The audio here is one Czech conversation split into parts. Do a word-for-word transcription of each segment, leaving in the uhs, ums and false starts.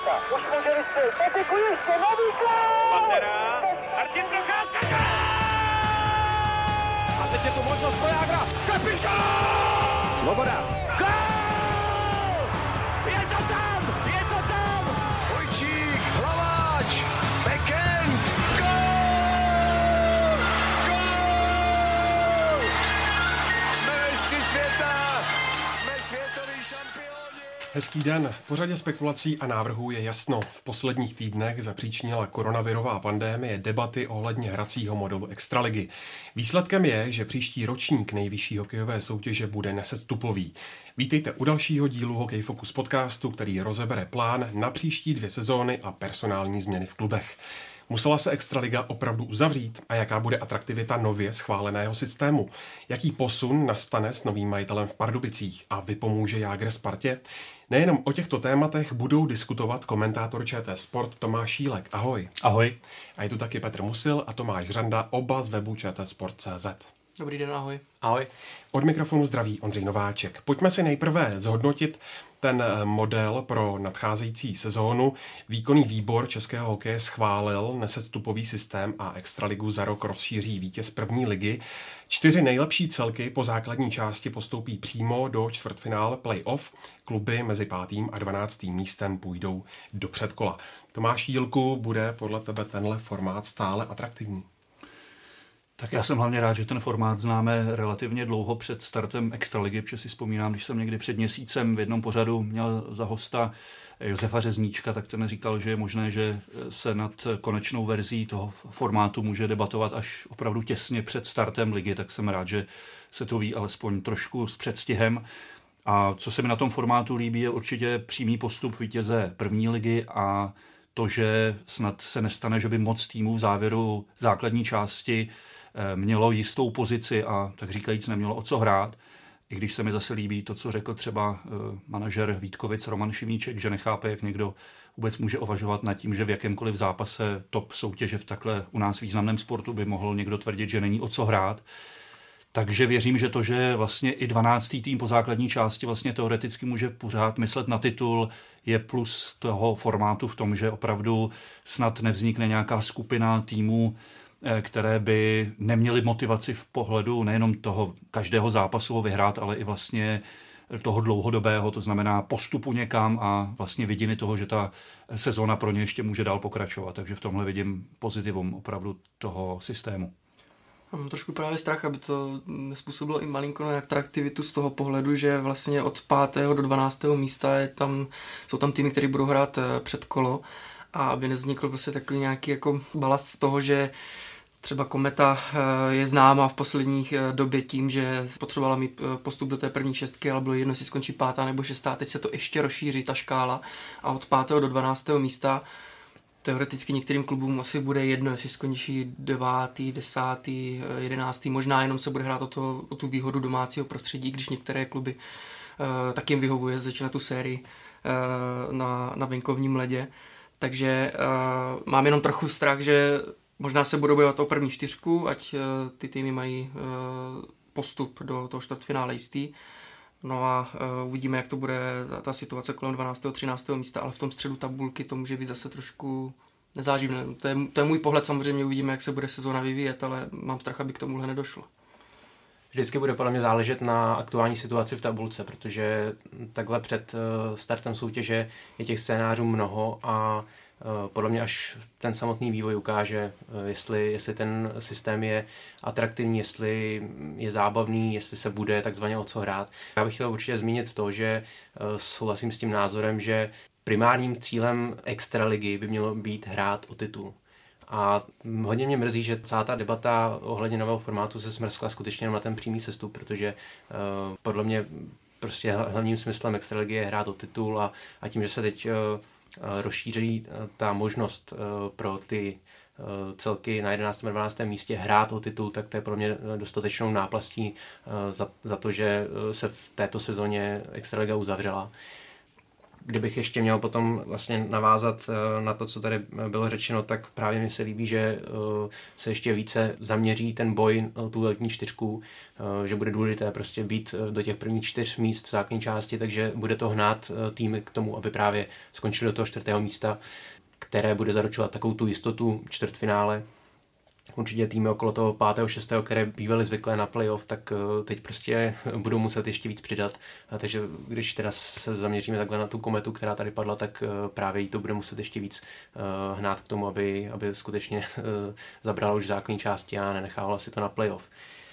Procházka. Už může vystřelit. Patiku ještě, nový gól! Pantera, Martin Procházka, a teď je tu možnost pro Jágra. Kapitán! Svoboda. Gól! Je to tam! Je to tam! Vojčík, Hlaváč, Bekend, gól! Gól! Jsme mistři světa! Jsme světoví šampioni! Hezký den. Po řadě spekulací a návrhů je jasno. V posledních týdnech zapříčinila koronavirová pandémie debaty ohledně hracího modelu Extraligy. Výsledkem je, že příští ročník nejvyšší hokejové soutěže bude nesestupový. Vítejte u dalšího dílu Hokej Focus podcastu, který rozebere plán na příští dvě sezóny a personální změny v klubech. Musela se Extraliga opravdu uzavřít a jaká bude atraktivita nově schváleného systému? Jaký posun nastane s novým majitelem v Pardubicích a vypomůže Jágr Spartě? Nejenom o těchto tématech budou diskutovat komentátor ČT Sport Tomáš Šílek. Ahoj. Ahoj. A je tu taky Petr Musil a Tomáš Řanda, oba z webu čtsport tečka cé zet. Dobrý den, ahoj. Ahoj. Od mikrofonu zdraví Ondřej Nováček. Pojďme si nejprve zhodnotit ten model pro nadcházející sezónu. Výkonný výbor českého hokeje schválil nesestupový systém a Extraligu za rok rozšíří vítěz první ligy. Čtyři nejlepší celky po základní části postoupí přímo do čtvrtfinále playoff. Kluby mezi pátým a dvanáctým místem půjdou do předkola. Tomáš Jílku, bude podle tebe tenhle formát stále atraktivní? Tak já jsem hlavně rád, že ten formát známe relativně dlouho před startem Extraligy, protože si vzpomínám, když jsem někdy před měsícem v jednom pořadu měl za hosta Josefa Řezníčka, tak ten říkal, že je možné, že se nad konečnou verzí toho formátu může debatovat až opravdu těsně před startem ligy, tak jsem rád, že se to ví alespoň trošku s předstihem. A co se mi na tom formátu líbí, je určitě přímý postup vítěze první ligy a to, že snad se nestane, že by moc týmů v závěru základní části mělo jistou pozici a tak říkajíc nemělo o co hrát. I když se mi zase líbí to, co řekl třeba manažer Vítkovic Roman Šimíček, že nechápe, jak někdo vůbec může uvažovat nad tím, že v jakémkoliv zápase top soutěže v takhle u nás významném sportu by mohl někdo tvrdit, že není o co hrát. Takže věřím, že to, že vlastně i dvanáctý tým po základní části vlastně teoreticky může pořád myslet na titul, je plus toho formátu v tom, že opravdu snad nevznikne nějaká skupina týmů, které by neměly motivaci v pohledu nejenom toho každého zápasu ho vyhrát, ale i vlastně toho dlouhodobého, to znamená postupu někam a vlastně vidiny toho, že ta sezóna pro ně ještě může dál pokračovat. Takže v tomhle vidím pozitivum opravdu toho systému. Mám trošku právě strach, aby to způsobilo i malinko neatraktivitu z toho pohledu, že vlastně od pátého do dvanáctého místa je tam, jsou tam týmy, které budou hrát předkolo a aby nevznikl prostě takový nějaký jako balast z toho, že třeba Kometa je známá v posledních době tím, že potřebovala mít postup do té první šestky, ale bylo jedno, jestli skončí pátá nebo šestá. Teď se to ještě rozšíří, ta škála, a od pátého do dvanáctého místa teoreticky některým klubům asi bude jedno, jestli skončí devátý, desátý, jedenáctý, možná jenom se bude hrát o, to, o tu výhodu domácího prostředí, když některé kluby uh, tak jim vyhovuje začínat tu sérii uh, na, na venkovním ledě. Takže uh, mám jenom trochu strach, že možná se budou bojovat o první čtyřku, ať uh, ty týmy mají uh, postup do toho čtvrtfinále jistý. No a uh, uvidíme, jak to bude ta, ta situace kolem dvanáctého třináctého místa, ale v tom středu tabulky to může být zase trošku nezáživné. To je, to je můj pohled, samozřejmě uvidíme, jak se bude sezóna vyvíjet, ale mám strach, aby k tomuhle nedošlo. Vždycky bude podle mě záležet na aktuální situaci v tabulce, protože takhle před startem soutěže je těch scénářů mnoho a podle mě až ten samotný vývoj ukáže, jestli, jestli ten systém je atraktivní, jestli je zábavný, jestli se bude takzvaně o co hrát. Já bych chtěl určitě zmínit to, že souhlasím s tím názorem, že primárním cílem extraligy by mělo být hrát o titul. A hodně mě mrzí, že celá ta debata ohledně nového formátu se smrskla skutečně na ten přímý sestup, protože uh, podle mě prostě hlavním smyslem extraligy je hrát o titul a, a tím, že se teď uh, rozšíří ta možnost uh, pro ty uh, celky na jedenáctém a dvanáctém místě hrát o titul, tak to je pro mě dostatečnou náplastí uh, za, za to, že se v této sezóně extraliga uzavřela. kdybych ještě měl potom vlastně navázat na to, co tady bylo řečeno, tak právě mi se líbí, že se ještě více zaměří ten boj na tu letní čtyřku, že bude důležité prostě být do těch prvních čtyř míst v základní části, takže bude to hnát týmy k tomu, aby právě skončili do toho čtvrtého místa, které bude zaručovat takovou tu jistotu čtvrtfinále. Určitě týmy okolo toho pátého, šestého, které bývaly zvyklé na playoff, tak teď prostě budou muset ještě víc přidat. Takže když teda se zaměříme takhle na tu kometu, která tady padla, tak právě jí to bude muset ještě víc hnát k tomu, aby, aby skutečně zabralo už základní části a nenechávala si to na playoff.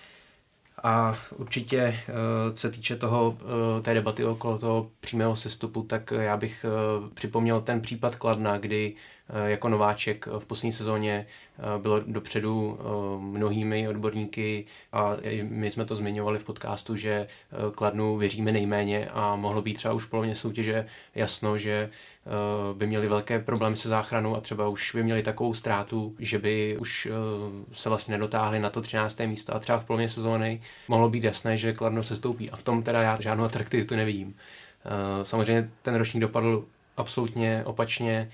A určitě, co se týče toho, té debaty okolo toho přímého sestupu, tak já bych připomněl ten případ Kladna, kdy jako nováček v poslední sezóně bylo dopředu mnohými odborníky a my jsme to zmiňovali v podcastu, že Kladnu věříme nejméně a mohlo být třeba už v polovině soutěže jasno, že by měli velké problémy se záchranou a třeba už by měli takovou ztrátu, že by už se vlastně nedotáhli na to třinácté místo a třeba v polovině sezóny mohlo být jasné, že Kladno sestoupí a v tom teda já žádnou atraktivitu nevidím. Samozřejmě ten ročník dopadl absolutně opačně.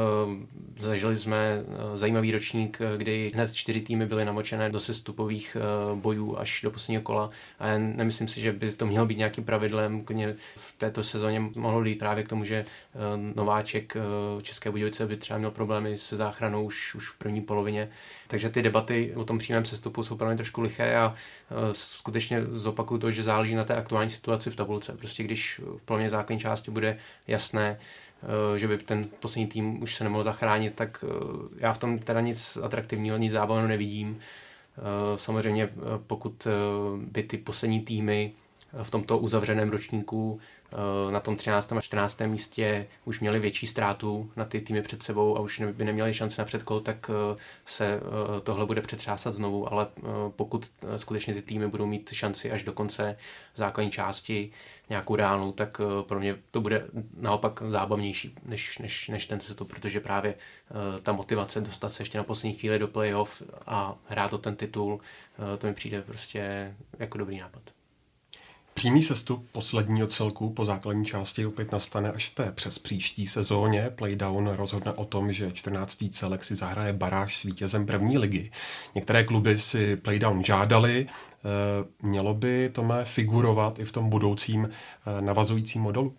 Zažili jsme zajímavý ročník, kdy hned čtyři týmy byly namočené do sestupových bojů až do posledního kola a já nemyslím si, že by to mělo být nějakým pravidlem. V této sezóně mohlo jít právě k tomu, že nováček České Budějovice by třeba měl problémy se záchranou už, už v první polovině. Takže ty debaty o tom přímém sestupu jsou pro mě trošku liché a skutečně zopakuju to, že záleží na té aktuální situaci v tabulce. Prostě když v polovině základní části bude jasné, že by ten poslední tým už se nemohl zachránit, tak já v tom teda nic atraktivního, nic zábavného nevidím. Samozřejmě pokud by ty poslední týmy v tomto uzavřeném ročníku na tom třináctém a čtrnáctém místě už měli větší ztrátu na ty týmy před sebou a už by neměli šanci na předkol, tak se tohle bude přetřásat znovu, ale pokud skutečně ty týmy budou mít šanci až do konce základní části nějakou reálnou, tak pro mě to bude naopak zábavnější než, než, než ten sestup, protože právě ta motivace dostat se ještě na poslední chvíli do playoff a hrát o ten titul, to mi přijde prostě jako dobrý nápad. Přímý sestup posledního celku po základní části opět nastane až v té přes příští sezóně. Playdown rozhodne o tom, že čtrnáctý celek si zahraje baráž s vítězem první ligy. Některé kluby si Playdown žádali. Mělo by Tome figurovat i v tom budoucím navazujícím modelu?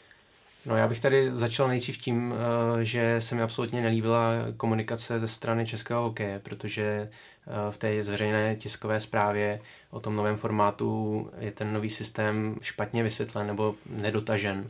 No já bych tady začal nejdřív tím, že se mi absolutně nelíbila komunikace ze strany českého hokeje, protože v té zveřejné tiskové zprávě o tom novém formátu je ten nový systém špatně vysvětlen nebo nedotažen,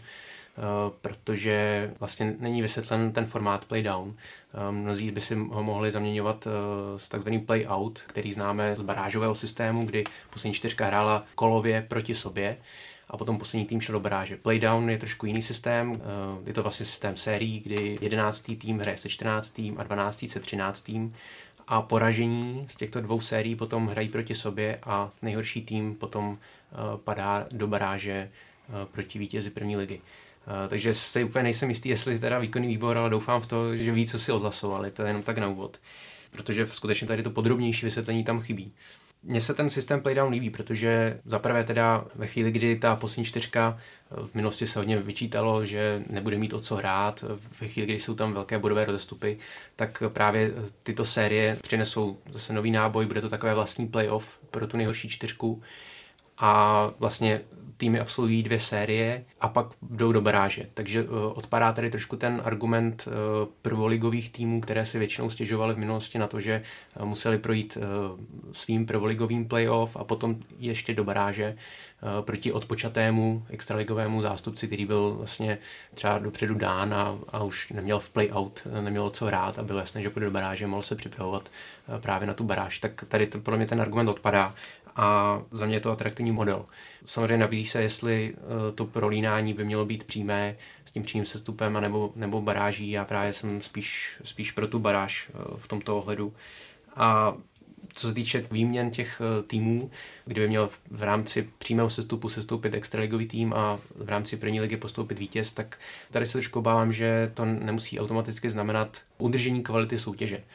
protože vlastně není vysvětlen ten formát Playdown. Mnozí by si ho mohli zaměňovat s takzvaným Playout, který známe z barážového systému, kdy poslední čtyřka hrála kolově proti sobě a potom poslední tým šel do baráže. Playdown je trošku jiný systém, je to vlastně systém sérií, kdy jedenáctý tým hraje se čtrnáctým a dvanáctý se třináctým a poražení z těchto dvou sérií potom hrají proti sobě a nejhorší tým potom padá do baráže proti vítězi první ligy. Takže si úplně nejsem jistý, jestli teda výkonný výbor, ale doufám v to, že ví, co si odhlasovali, to je jenom tak na úvod. Protože skutečně tady to podrobnější vysvětlení tam chybí. Mně se ten systém Playdown líbí, protože zaprvé teda ve chvíli, kdy ta poslední čtyřka, v minulosti se hodně vyčítalo, že nebude mít o co hrát, ve chvíli, kdy jsou tam velké bodové rozestupy, tak právě tyto série přinesou zase nový náboj, bude to takové vlastní playoff pro tu nejhorší čtyřku a vlastně týmy absolvují dvě série a pak jdou do baráže. Takže uh, odpadá tady trošku ten argument uh, prvoligových týmů, které si většinou stěžovaly v minulosti na to, že uh, museli projít uh, svým prvoligovým playoff a potom ještě do baráže uh, proti odpočatému extraligovému zástupci, který byl vlastně třeba dopředu dán a, a už neměl v playout, neměl co hrát a bylo jasné, že půjde do baráže, mohl se připravovat uh, právě na tu baráž. Tak tady to, podle mě ten argument odpadá. A za mě je to atraktivní model. Samozřejmě nabízí se, jestli to prolínání by mělo být přímé s tím přímým sestupem anebo, nebo baráží. Já právě jsem spíš, spíš pro tu baráž v tomto ohledu. A co se týče výměn těch týmů, kdyby měl v rámci přímého sestupu sestoupit extraligový tým a v rámci první ligy postoupit vítěz, tak tady se trošku obávám, že to nemusí automaticky znamenat udržení kvality soutěže.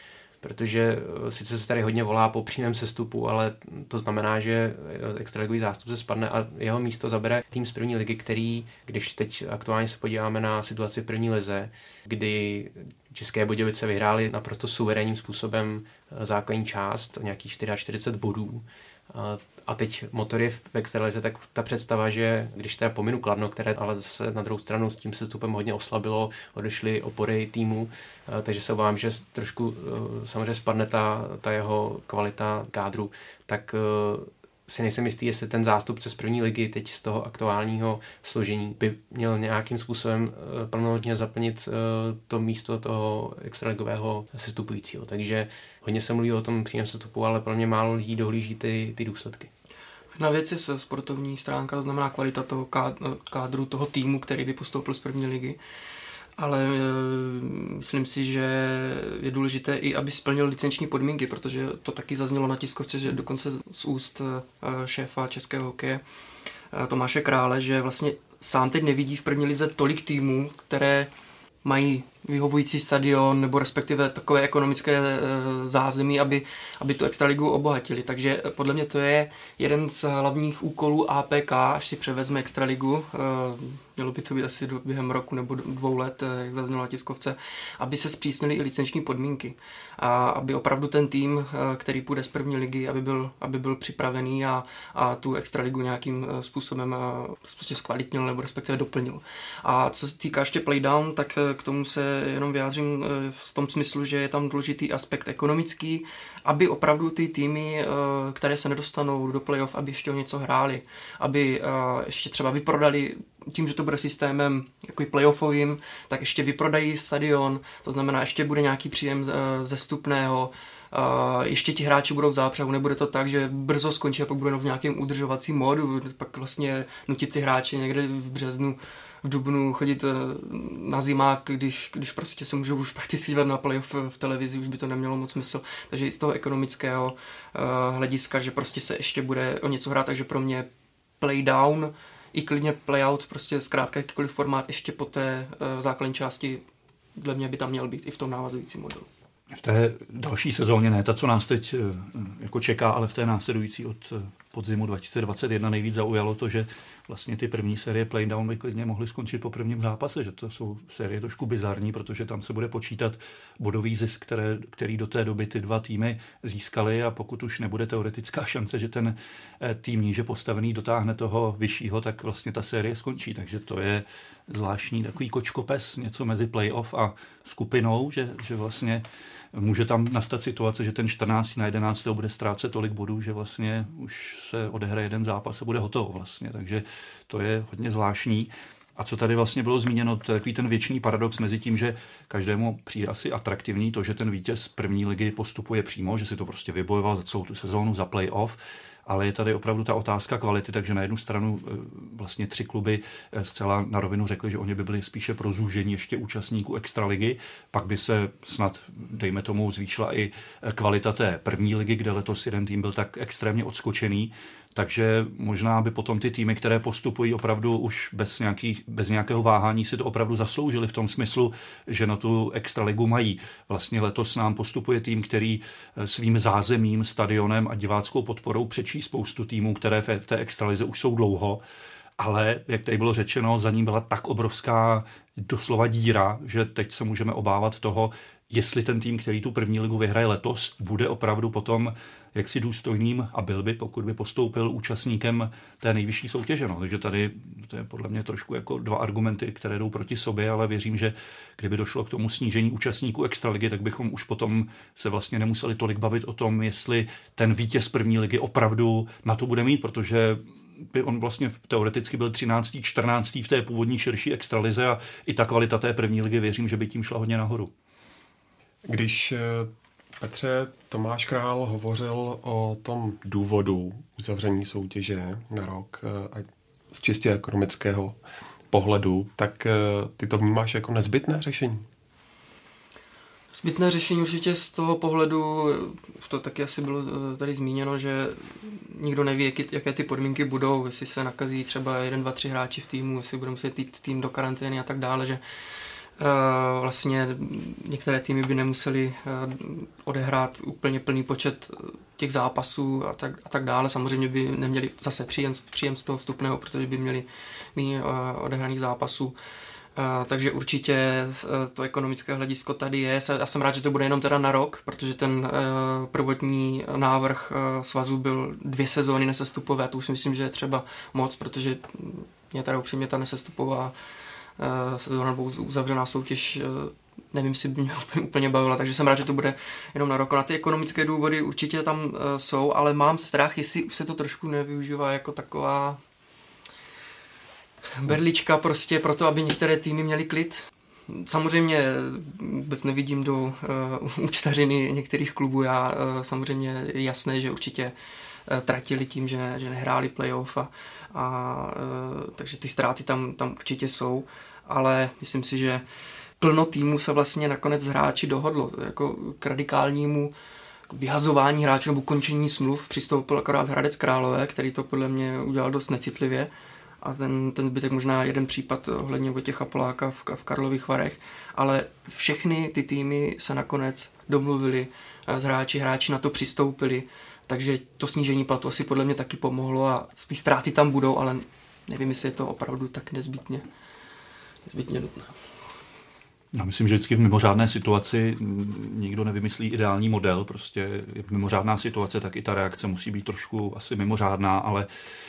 protože sice se tady hodně volá po přímém sestupu, ale to znamená, že extraligový zástupce spadne a jeho místo zabere tým z první ligy, který, když teď aktuálně se podíváme na situaci v první lize, kdy České Budějovice vyhráli naprosto suverénním způsobem základní část, nějakých čtyřicet čtyři bodů. A teď motor je v extralize, tak ta představa, že když teda pominu Kladno, které ale zase na druhou stranu s tím sestupem hodně oslabilo, odešly opory týmu, takže se obávám, že trošku samozřejmě spadne ta, ta jeho kvalita kádru, tak si nejsem jistý, jestli ten zástupce z první ligy teď z toho aktuálního složení by měl nějakým způsobem plnohodnotně zaplnit to místo toho extraligového sestupujícího. Takže hodně se mluví o tom přímém sestupu, ale pro mě málo lidí dohlíží ty, ty důsledky. Jedna věc je sportovní stránka, to znamená kvalita toho kádru, toho týmu, který by postoupil z první ligy. Ale e, myslím si, že je důležité i, aby splnil licenční podmínky, protože to taky zaznělo na tiskovce, že dokonce z úst e, šéfa českého hokeje e, Tomáše Krále, že vlastně sám teď nevidí v první lize tolik týmů, které mají vyhovující stadion nebo respektive takové ekonomické e, zázemí, aby, aby tu extraligu obohatili. Takže podle mě to je jeden z hlavních úkolů A P K, až si převezme extraligu. E, mělo by to být asi do, během roku nebo dvou let, jak zaznělo na tiskovce, aby se zpřísnily i licenční podmínky. A aby opravdu ten tým, který půjde z první ligy, aby byl, aby byl připravený a, a tu extraligu nějakým způsobem prostě zkvalitnil nebo respektive doplnil. A co se týká ještě playdown, tak k tomu se jenom vyjádřím v tom smyslu, že je tam důležitý aspekt ekonomický, aby opravdu ty týmy, které se nedostanou do playoff, aby ještě o něco hráli, aby ještě třeba vyprodali tím, že to bude systémem jako playoffovým, tak ještě vyprodají stadion, to znamená, ještě bude nějaký příjem ze vstupného, ještě ti hráči budou v zápřehu, nebude to tak, že brzo skončí a pak bude v nějakém udržovacím módu, pak vlastně nutit ty hráči někde v březnu, v dubnu chodit na zimák, když, když prostě se můžou už prakticky dívat na playoff v televizi, už by to nemělo moc smysl. Takže i z toho ekonomického uh, hlediska, že prostě se ještě bude o něco hrát, takže pro mě play down i klidně playout, prostě zkrátka jakýkoliv formát ještě po té uh, základní části dle mě by tam měl být i v tom navazujícím modelu. V té další sezóně, ne ta, co nás teď jako čeká, ale v té následující od podzimu dva tisíce dvacet jedna nejvíc zaujalo to, že vlastně ty první série playdown by klidně mohly skončit po prvním zápase, že to jsou série trošku bizarní, protože tam se bude počítat bodový zisk, které, který do té doby ty dva týmy získaly, a pokud už nebude teoretická šance, že ten tým níže postavený dotáhne toho vyššího, tak vlastně ta série skončí, takže to je zvláštní takový kočkopes, něco mezi playoff a skupinou, že, že vlastně může tam nastat situace, že ten čtrnáctého na jedenáctého bude ztrácet tolik bodů, že vlastně už se odehraje jeden zápas a bude hotovo vlastně, takže to je hodně zvláštní. A co tady vlastně bylo zmíněno, to je takový ten věčný paradox mezi tím, že každému přijde asi atraktivní to, že ten vítěz první ligy postupuje přímo, že si to prostě vybojoval za celou tu sezónu, za playoff, ale je tady opravdu ta otázka kvality, takže na jednu stranu vlastně tři kluby zcela na rovinu řekli, že oni by byli spíše pro zúžení ještě účastníků extraligy, pak by se snad, dejme tomu, zvýšila i kvalita té první ligy, kde letos jeden tým byl tak extrémně odskočený, takže možná by potom ty týmy, které postupují opravdu už bez, nějakých, bez nějakého váhání, si to opravdu zasloužili v tom smyslu, že na tu extraligu mají. Vlastně letos nám postupuje tým, který svým zázemím, stadionem a diváckou podporou přečí spoustu týmů, které v té extralize už jsou dlouho, ale, jak tady bylo řečeno, za ním byla tak obrovská doslova díra, že teď se můžeme obávat toho, jestli ten tým, který tu první ligu vyhraje letos, bude opravdu potom jaksi důstojným a byl by, pokud by postoupil účastníkem té nejvyšší soutěže. No. Takže tady to je podle mě trošku jako dva argumenty, které jdou proti sobě, ale věřím, že kdyby došlo k tomu snížení účastníků extraligy, tak bychom už potom se vlastně nemuseli tolik bavit o tom, jestli ten vítěz první ligy opravdu na to bude mít, protože by on vlastně teoreticky byl třináctý, čtrnáctý v té původní širší extralize a i ta kvalita té první ligy, věřím, že by tím šla hodně nahoru. Když, Petře, Tomáš Král hovořil o tom důvodu uzavření soutěže na rok a z čistě ekonomického pohledu, tak ty to vnímáš jako nezbytné řešení? Zbytné řešení určitě z toho pohledu, to taky asi bylo tady zmíněno, že nikdo neví, jaké ty podmínky budou, jestli se nakazí třeba jeden, dva, tři hráči v týmu, jestli budou muset jít tým do karantény a tak dále, že Vlastně některé týmy by nemuseli odehrát úplně plný počet těch zápasů a tak, a tak dále. Samozřejmě by neměli zase příjem, příjem z toho vstupného, protože by měli méně odehraných zápasů. Takže určitě to ekonomické hledisko tady je. Já jsem rád, že to bude jenom teda na rok, protože ten prvotní návrh svazu byl dvě sezóny nesestupové. To už si myslím, že je třeba moc, protože mě teda upřímně ta nesestupová sezóna nebo uzavřená soutěž, nevím, jestli by mě úplně bavila, takže jsem rád, že to bude jenom na rok. Na ty ekonomické důvody určitě tam jsou, ale mám strach, jestli už se to trošku nevyužívá jako taková berlička prostě pro to, aby některé týmy měly klid. Samozřejmě vůbec nevidím do uh, účtařiny některých klubů. Já uh, samozřejmě je jasné, že určitě uh, tratili tím, že, že nehráli playoff a, a uh, takže ty ztráty tam, tam určitě jsou, ale myslím si, že plno týmů se vlastně nakonec hráči dohodlo. Jako k radikálnímu vyhazování hráčů nebo končení smluv přistoupil akorát Hradec Králové, který to podle mě udělal dost necitlivě. A ten, ten zbytek možná jeden případ ohledně Vojtěcha Poláka v, v Karlových Varech, ale všechny ty týmy se nakonec domluvili s hráči, hráči na to přistoupili, takže to snížení platu asi podle mě taky pomohlo a ty ztráty tam budou, ale nevím, jestli je to opravdu tak nezbytně, nezbytně nutné. Já myslím, že vždycky v mimořádné situaci nikdo nevymyslí ideální model, prostě je mimořádná situace, tak i ta reakce musí být trošku asi mimořádná, ale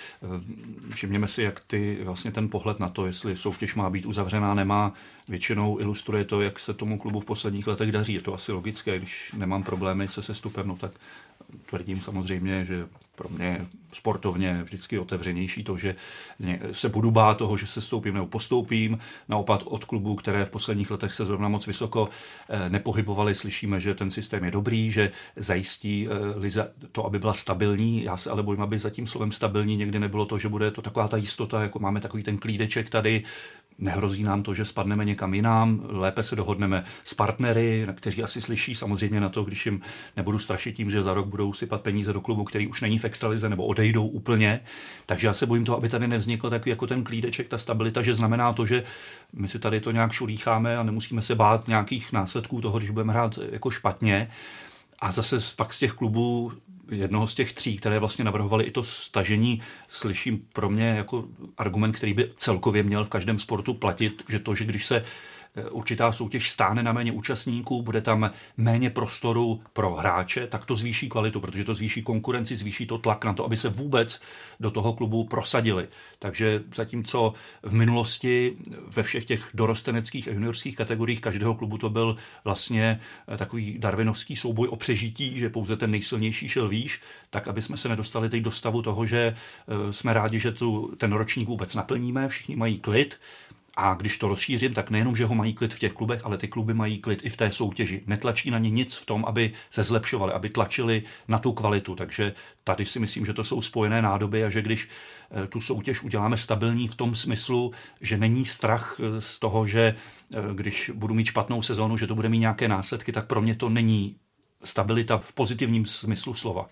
všimněme si, jak ty, vlastně ten pohled na to, jestli soutěž má být uzavřená, nemá, většinou ilustruje to, jak se tomu klubu v posledních letech daří. Je to asi logické, když nemám problémy se sestupem, no tak tvrdím samozřejmě, že pro mě sportovně vždycky otevřenější to, že se budu bát toho, že se stoupím nebo postoupím. Naopak od klubů, které v posledních letech se zrovna moc vysoko nepohybovaly, slyšíme, že ten systém je dobrý, že zajistí lize to, aby byla stabilní. Já se ale bojím, aby za tím slovem stabilní někdy nebylo to, že bude to taková ta jistota, jako máme takový ten klídeček tady. Nehrozí nám to, že spadneme někam jinam, lépe se dohodneme s partnery, kteří asi slyší samozřejmě na to, když jim nebudu strašit tím, že za rok budou sypat peníze do klubu, který už není v extralize nebo odejdou úplně. Takže já se bojím toho, aby tady nevznikl takový jako ten klídeček, ta stabilita, že znamená to, že my si tady to nějak šulícháme a nemusíme se bát nějakých následků toho, když budeme hrát jako špatně. A zase pak z těch klubů jednoho z těch tří, které vlastně navrhovali i to stažení, slyším pro mě jako argument, který by celkově měl v každém sportu platit, že to, že když se určitá soutěž stáhne na méně účastníků, bude tam méně prostoru pro hráče, tak to zvýší kvalitu, protože to zvýší konkurenci, zvýší to tlak na to, aby se vůbec do toho klubu prosadili. Takže zatímco v minulosti ve všech těch dorosteneckých a juniorských kategoriích každého klubu to byl vlastně takový darwinovský souboj o přežití, že pouze ten nejsilnější šel výš, tak aby jsme se nedostali teď do stavu toho, že jsme rádi, že tu, ten ročník vůbec naplníme, všichni mají klid. A když to rozšířím, tak nejenom, že ho mají klid v těch klubech, ale ty kluby mají klid i v té soutěži. Netlačí na ně nic v tom, aby se zlepšovali, aby tlačili na tu kvalitu. Takže tady si myslím, že to jsou spojené nádoby a že když tu soutěž uděláme stabilní v tom smyslu, že není strach z toho, že když budu mít špatnou sezónu, že to bude mít nějaké následky, tak pro mě to není stabilita v pozitivním smyslu slova.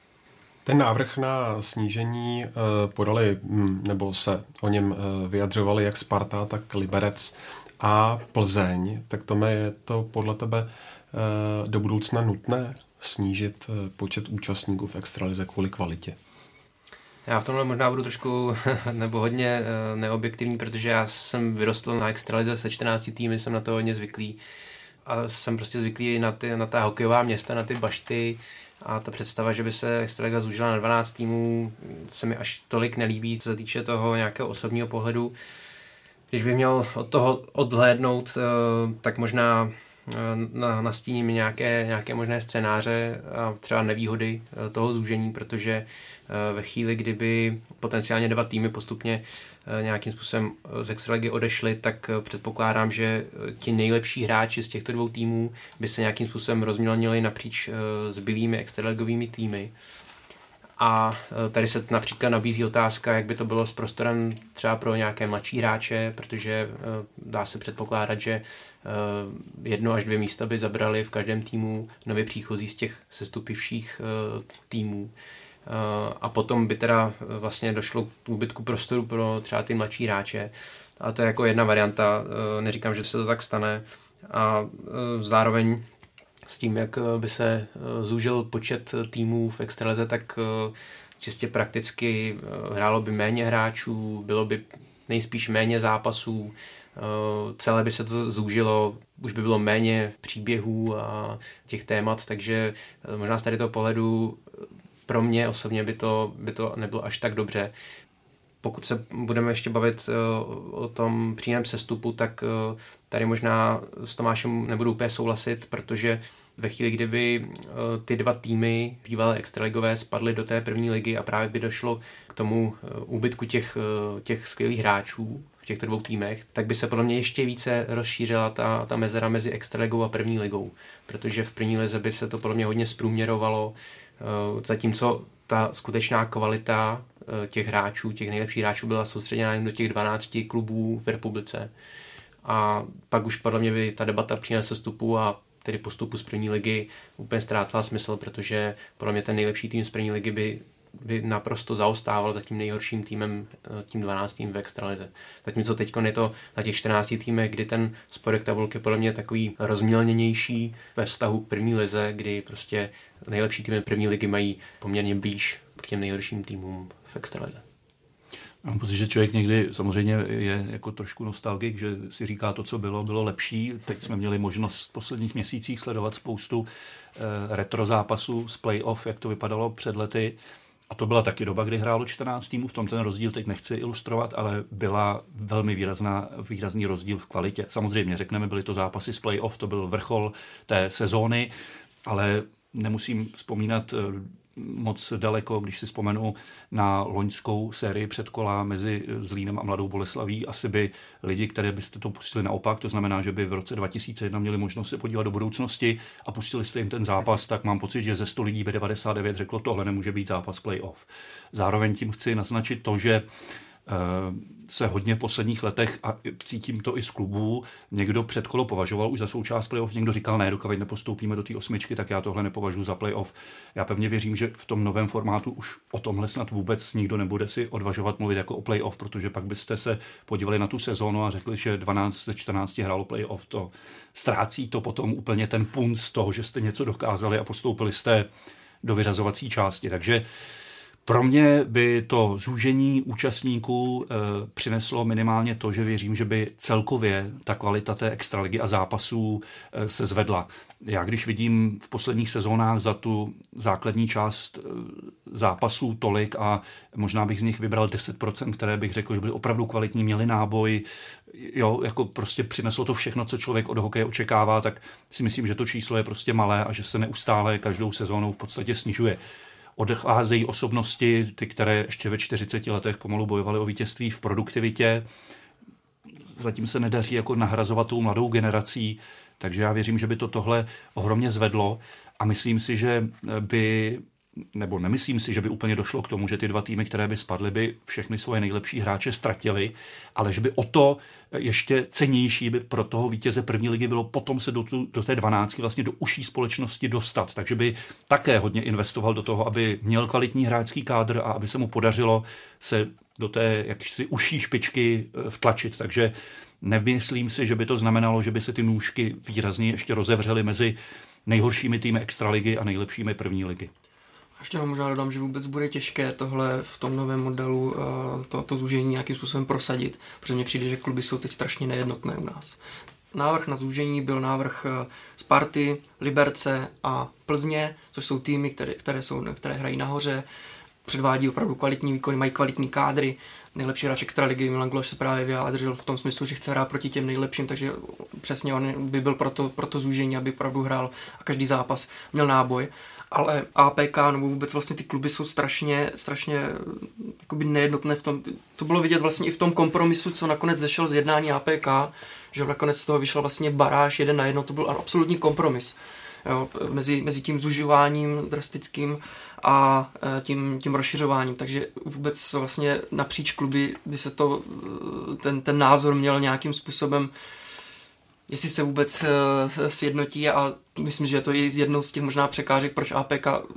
Ten návrh na snížení podali, nebo se o něm vyjadřovali jak Sparta, tak Liberec a Plzeň. Tak to je to podle tebe do budoucna nutné snížit počet účastníků v extralize kvůli kvalitě? Já v tomhle možná budu trošku nebo hodně neobjektivní, protože já jsem vyrostl na extralize se čtrnácti týmy, jsem na to hodně zvyklý a jsem prostě zvyklý na, ty, na ta hokejová města, na ty bašty. A ta představa, že by se extraliga zúžila na dvanáct týmů, se mi až tolik nelíbí, co se týče toho nějakého osobního pohledu. Když bych měl od toho odhlédnout, tak možná nastíním nějaké, nějaké možné scénáře a třeba nevýhody toho zúžení, protože ve chvíli, kdyby potenciálně dva týmy postupně nějakým způsobem z extraligy odešli, tak předpokládám, že ti nejlepší hráči z těchto dvou týmů by se nějakým způsobem rozmělnili napříč zbylými extraligovými týmy. A tady se například nabízí otázka, jak by to bylo s prostorem třeba pro nějaké mladší hráče, protože dá se předpokládat, že jedno až dvě místa by zabrali v každém týmu nově příchozí z těch sestupivších týmů. A potom by teda vlastně došlo k úbytku prostoru pro třeba ty mladší hráče. A to je jako jedna varianta, neříkám, že se to tak stane. A zároveň s tím, jak by se zúžil počet týmů v extralize, tak čistě prakticky hrálo by méně hráčů, bylo by nejspíš méně zápasů, celé by se to zúžilo, už by bylo méně příběhů a těch témat, takže možná z tady toho pohledu pro mě osobně by to, by to nebylo až tak dobře. Pokud se budeme ještě bavit o tom přímém sestupu, tak tady možná s Tomášem nebudu úplně souhlasit, protože ve chvíli, kdyby ty dva týmy bývalé extraligové spadly do té první ligy a právě by došlo k tomu úbytku těch, těch skvělých hráčů v těchto dvou týmech, tak by se podle mě ještě více rozšířila ta, ta mezera mezi extraligou a první ligou, protože v první lize by se to podle mě hodně zprůměrovalo, zatímco ta skutečná kvalita těch hráčů, těch nejlepších hráčů byla soustředěna jen do těch dvanácti klubů v republice. A pak už podle mě by ta debata přímého sestupu a tedy postupu z první ligy úplně ztrácela smysl, protože podle mě ten nejlepší tým z první ligy by, by naprosto zaostával za tím nejhorším týmem, tím dvanáctým v extralize. Zatímco teď je to na těch čtrnácti týmech, kdy ten spodek tabulky podle mě je takový rozmělněnější ve vztahu k první lize, kdy prostě nejlepší týmy první ligy mají poměrně blíž k těm nejhorším týmům v extralize. Mám pocit, že člověk někdy samozřejmě je jako trošku nostalgik, že si říká to, co bylo, bylo lepší. Teď jsme měli možnost v posledních měsících sledovat spoustu eh, retro zápasů z playoff, jak to vypadalo před lety. A to byla taky doba, kdy hrálo čtrnáct týmů, v tom ten rozdíl teď nechci ilustrovat, ale byla velmi výrazná, výrazný rozdíl v kvalitě. Samozřejmě, řekneme, byly to zápasy z playoff, to byl vrchol té sezóny, ale nemusím vzpomínat moc daleko, když si vzpomenu na loňskou sérii předkola mezi Zlínem a Mladou Boleslaví. Asi by lidi, které byste to pustili naopak, to znamená, že by v roce dva tisíce jedna měli možnost se podívat do budoucnosti a pustili jste jim ten zápas, tak mám pocit, že ze sto lidí by devadesát devět řeklo, tohle nemůže být zápas playoff. Zároveň tím chci naznačit to, že se hodně v posledních letech, a cítím to i z klubů, někdo předkolo považoval už za součást playoff, někdo říkal, ne, dokud nepostoupíme do té osmičky, tak já tohle nepovažuji za playoff. Já pevně věřím, že v tom novém formátu už o tomhle snad vůbec nikdo nebude si odvažovat mluvit jako o playoff, protože pak byste se podívali na tu sezónu a řekli, že dvanáct ze čtrnácti hrálo playoff. To ztrácí to potom úplně ten punc z toho, že jste něco dokázali a postoupili jste do vyřazovací části. Takže pro mě by to zúžení účastníků e, přineslo minimálně to, že věřím, že by celkově ta kvalita té extraligy a zápasů e, se zvedla. Já když vidím v posledních sezónách za tu základní část e, zápasů tolik a možná bych z nich vybral deset procent, které bych řekl, že byly opravdu kvalitní, měli náboj, jo, jako prostě přineslo to všechno, co člověk od hokeje očekává, tak si myslím, že to číslo je prostě malé a že se neustále každou sezónou v podstatě snižuje. Odcházejí osobnosti, ty, které ještě ve čtyřiceti letech pomalu bojovaly o vítězství v produktivitě. Zatím se nedaří jako nahrazovat tou mladou generací, takže já věřím, že by to tohle ohromně zvedlo a myslím si, že by, nebo nemyslím si, že by úplně došlo k tomu, že ty dva týmy, které by spadly, by všechny svoje nejlepší hráče ztratili, ale že by o to ještě cennější by pro toho vítěze první ligy bylo potom se do, tu, do té dvanáctky vlastně do užší společnosti dostat. Takže by také hodně investoval do toho, aby měl kvalitní hráčský kádr a aby se mu podařilo se do té jaksi užší špičky vtlačit. Takže nemyslím si, že by to znamenalo, že by se ty nůžky výrazně ještě rozevřely mezi nejhoršími týmy extraligy a nejlepšími první ligy. Ještě no, možná dodám, že vůbec bude těžké tohle v tom novém modelu to, to zúžení nějakým způsobem prosadit, protože mně přijde, že kluby jsou teď strašně nejednotné u nás. Návrh na zúžení byl návrh Sparty, Liberce a Plzně, což jsou týmy, které, které, jsou, které hrají nahoře, předvádí opravdu kvalitní výkony, mají kvalitní kádry. Nejlepší hráč extraligy Milan Gloš se právě vyjádřil v tom smyslu, že chce hrát proti těm nejlepším, takže přesně on by byl pro to, pro to zúžení, aby opravdu hrál a každý zápas měl náboj. Ale A P K nebo vůbec vlastně ty kluby jsou strašně, strašně jakoby nejednotné v tom. To bylo vidět vlastně i v tom kompromisu, co nakonec zešel z jednání A P K, že nakonec z toho vyšla vlastně baráž jeden na jedno, to byl absolutní kompromis. Jo, mezi, mezi tím zužováním drastickým a tím, tím rozšiřováním. Takže vůbec vlastně napříč kluby by se to, ten, ten názor měl nějakým způsobem, jestli se vůbec sjednotí, a myslím, že to je jednou z těch možná překážek, proč A P K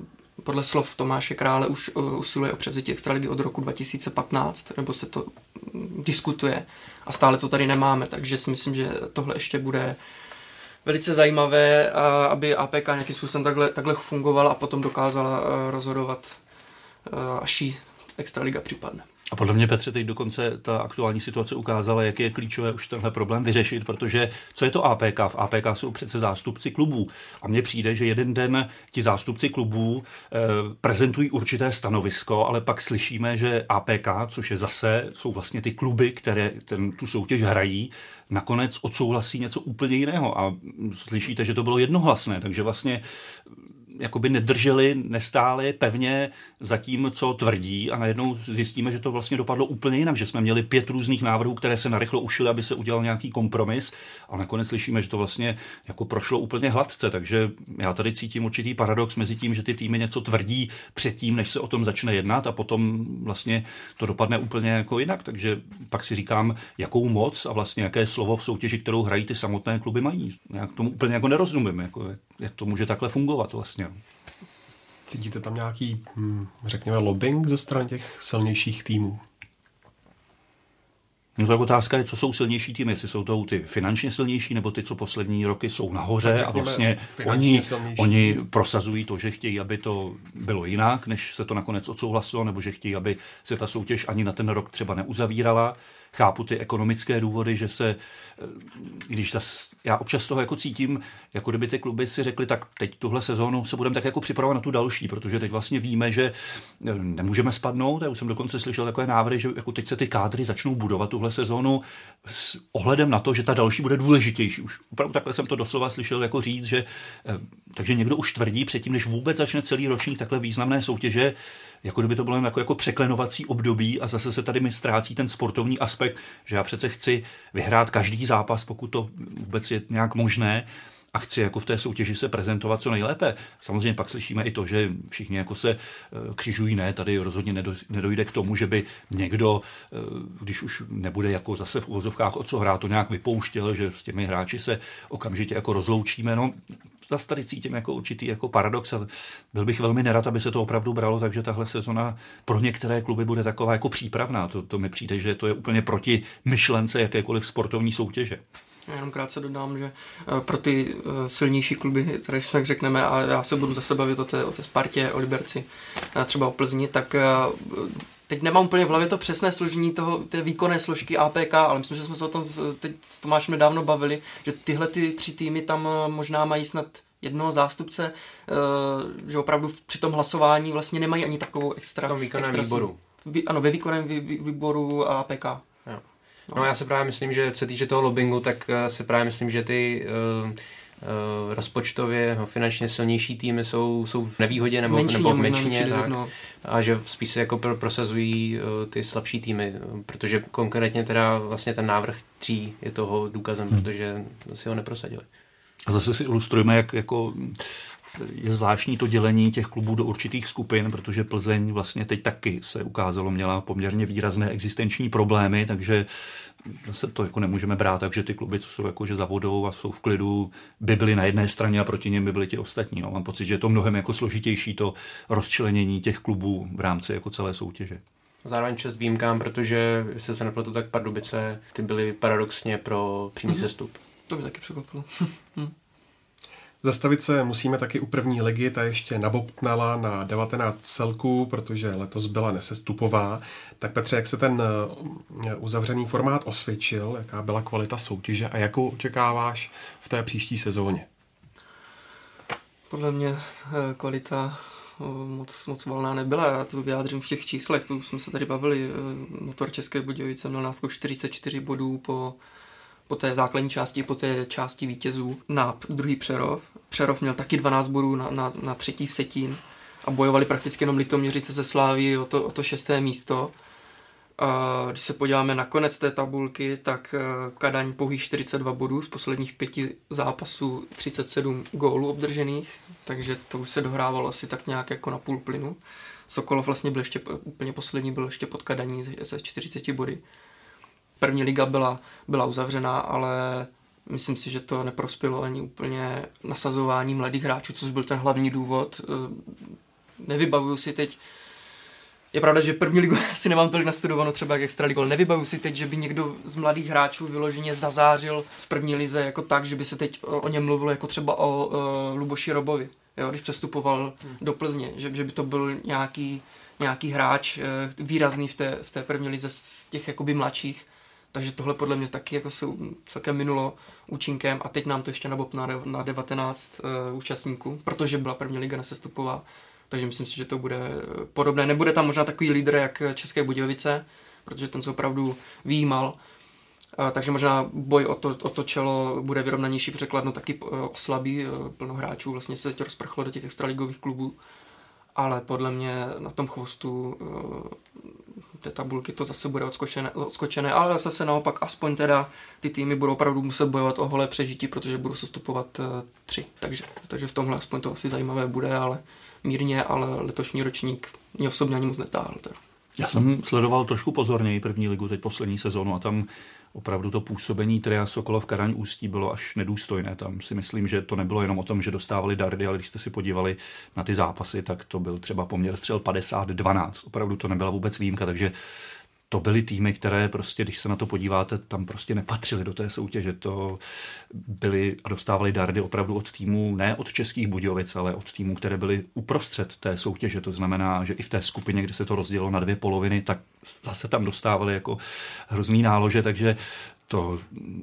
podle slov Tomáše Krále už usiluje o převzetí extraligy od roku dva tisíce patnáct, nebo se to diskutuje a stále to tady nemáme, takže si myslím, že tohle ještě bude velice zajímavé, aby A P K nějakým způsobem takhle, takhle fungovala a potom dokázala rozhodovat, až jí extraliga připadne. A podle mě, Petře, teď dokonce ta aktuální situace ukázala, jak je klíčové už tenhle problém vyřešit, protože co je to A P K? V A P K jsou přece zástupci klubů. A mně přijde, že jeden den ti zástupci klubů eh, prezentují určité stanovisko, ale pak slyšíme, že A P K, což je zase, jsou vlastně ty kluby, které ten, tu soutěž hrají, nakonec odsouhlasí něco úplně jiného. A slyšíte, že to bylo jednohlasné, takže vlastně jakoby nedrželi, nestáli pevně za tím, co tvrdí a najednou zjistíme, že to vlastně dopadlo úplně jinak, že jsme měli pět různých návrhů, které se narychlo ušily, aby se udělal nějaký kompromis a nakonec slyšíme, že to vlastně jako prošlo úplně hladce, takže já tady cítím určitý paradox mezi tím, že ty týmy něco tvrdí předtím, než se o tom začne jednat a potom vlastně to dopadne úplně jako jinak, takže pak si říkám, jakou moc a vlastně jaké slovo v soutěži, kterou hrají ty samotné kluby mají. Já k tomu úplně jako nerozumím, jako jak to může takhle fungovat vlastně. Cítíte tam nějaký, řekněme, lobbying ze strany těch silnějších týmů? No tak otázka je, co jsou silnější týmy, jestli jsou to ty finančně silnější, nebo ty, co poslední roky jsou nahoře a vlastně oni, oni prosazují to, že chtějí, aby to bylo jinak, než se to nakonec odsouhlasilo, nebo že chtějí, aby se ta soutěž ani na ten rok třeba neuzavírala. Chápu ty ekonomické důvody, že se, když ta, já občas toho jako cítím, jako kdyby ty kluby si řekli, tak teď tuhle sezónu se budeme tak jako připravovat na tu další, protože teď vlastně víme, že nemůžeme spadnout. Já už jsem dokonce slyšel takové návrhy, že jako teď se ty kádry začnou budovat tuhle sezónu s ohledem na to, že ta další bude důležitější. Už opravdu takhle jsem to doslova slyšel jako říct, že takže někdo už tvrdí předtím, než vůbec začne celý ročník takhle významné soutěže, jako kdyby to bylo jako, jako překlenovací období a zase se tady mi ztrácí ten sportovní aspekt, že já přece chci vyhrát každý zápas, pokud to vůbec je nějak možné a chci jako v té soutěži se prezentovat co nejlépe. Samozřejmě pak slyšíme i to, že všichni jako se křižují, ne, tady rozhodně nedojde k tomu, že by někdo, když už nebude jako zase v uvozovkách o co hrát, to nějak vypouštěl, že s těmi hráči se okamžitě jako rozloučíme. No, zase tady cítím jako určitý jako paradox a byl bych velmi nerad, aby se to opravdu bralo, takže tahle sezona pro některé kluby bude taková jako přípravná. To, to mi přijde, že to je úplně proti myšlence jakékoliv sportovní soutěže. Já jenom krátce dodám, že pro ty silnější kluby, které tak řekneme, a já se budu zase bavit o té, o té Spartě, o Liberci, třeba o Plzni, tak teď nemám úplně v hlavě to přesné složení toho, té výkonné složky A P K, ale myslím, že jsme se o tom teď Tomáš nedávno bavili, že tyhle ty tři týmy tam možná mají snad jednoho zástupce, že opravdu při tom hlasování vlastně nemají ani takovou extra... V tom výkonném výboru. Vý, ano, ve výkonném vý, vý, výboru A P K. Jo. No. no já se právě myslím, že co se týče toho lobbingu, tak se právě myslím, že ty uh, uh, rozpočtově, no, finančně silnější týmy jsou, jsou v nevýhodě nebo, menšině, nebo v menšině, tak, no. A že spíš se jako prosazují uh, ty slabší týmy, protože konkrétně teda vlastně ten návrh tří je toho důkazem, hmm. protože si ho neprosadili. A zase si ilustrujeme, jak jako je zvláštní to dělení těch klubů do určitých skupin, protože Plzeň vlastně teď taky se ukázalo, měla poměrně výrazné existenční problémy, takže zase to jako nemůžeme brát, takže ty kluby, co jsou jako že za vodou a jsou v klidu, by byly na jedné straně a proti něm by byly ti ostatní. No, mám pocit, že je to mnohem jako složitější to rozčlenění těch klubů v rámci jako celé soutěže. Zároveň čest výjimkám, protože jestli se nepletu, tak Pardubice ty byly paradoxně pro přímý sestup. To by taky překvapilo. Zastavit se musíme taky u první ligy, ta ještě nabobtnala na devatenáct celků, protože letos byla nesestupová. Tak Petře, jak se ten uzavřený formát osvědčil, jaká byla kvalita soutěže a jakou očekáváš v té příští sezóně? Podle mě kvalita moc, moc volná nebyla, já to vyjádřím v těch číslech, to už jsme se tady bavili, Motor České Budějovice měl náskok čtyřicet čtyři bodů po po té základní části, po té části vítězů na druhý Přerov. Přerov měl taky dvanáct bodů na, na, na třetí Vsetín a bojovali prakticky jenom Litoměřice ze Slávy o to, o to šesté místo. A když se podíváme na konec té tabulky, tak Kadaň pouhých čtyřicet dva bodů, z posledních pěti zápasů třicet sedm gólů obdržených, takže to už se dohrávalo asi tak nějak jako na půl plynu. Sokolov vlastně byl ještě úplně poslední, byl ještě pod Kadaní ze čtyřiceti body. První liga byla, byla uzavřená, ale myslím si, že to neprospělo ani úplně nasazování mladých hráčů, což byl ten hlavní důvod. nevybavuju si teď. Je pravda, že první ligu asi nemám tolik nastudovanou třeba jak extraligu, ale nevybavuju si teď, že by někdo z mladých hráčů vyloženě zazářil v první lize jako tak, že by se teď o, o něm mluvilo jako třeba o uh, Luboši Robovi, jo, když přestupoval hmm. do Plzně, že, že by to byl nějaký, nějaký hráč uh, výrazný v té, v té první lize z těch jakoby mladších. Takže tohle podle mě taky jako se celkem minulo účinkem a teď nám to ještě nabopná na devatenáct uh, účastníků, protože byla první liga nesestupová. Takže myslím si, že to bude podobné. Nebude tam možná takový lídr jak České Budějovice, protože ten se opravdu vyjímal. Uh, takže možná boj o to, o to čelo bude vyrovnanější, protože Kladno taky uh, oslabí, uh, plno hráčů vlastně se teď rozprchlo do těch extraligových klubů. Ale podle mě na tom chvostu uh, té tabulky to zase bude odskočené, odskočené, ale zase naopak aspoň teda ty týmy budou opravdu muset bojovat o holé přežití, protože budou sestupovat uh, tři. Takže, takže v tomhle aspoň to asi zajímavé bude, ale mírně, ale letošní ročník mě osobně ani moc netáhl. Teda. Já jsem sledoval trošku pozorněji první ligu teď poslední sezónu a tam opravdu to působení tria Sokolov Karaň Ústí bylo až nedůstojné. Tam si myslím, že to nebylo jenom o tom, že dostávali dardy, ale když jste si podívali na ty zápasy, tak to byl třeba poměr střel padesát dvanáct. Opravdu to nebyla vůbec výjimka, takže to byly týmy, které prostě, když se na to podíváte, tam prostě nepatřily do té soutěže. To byly a dostávali dardy opravdu od týmů, ne od Českých Budějovic, ale od týmů, které byly uprostřed té soutěže. To znamená, že i v té skupině, kde se to rozdělilo na dvě poloviny, tak zase tam dostávali jako hrozný nálože, takže to,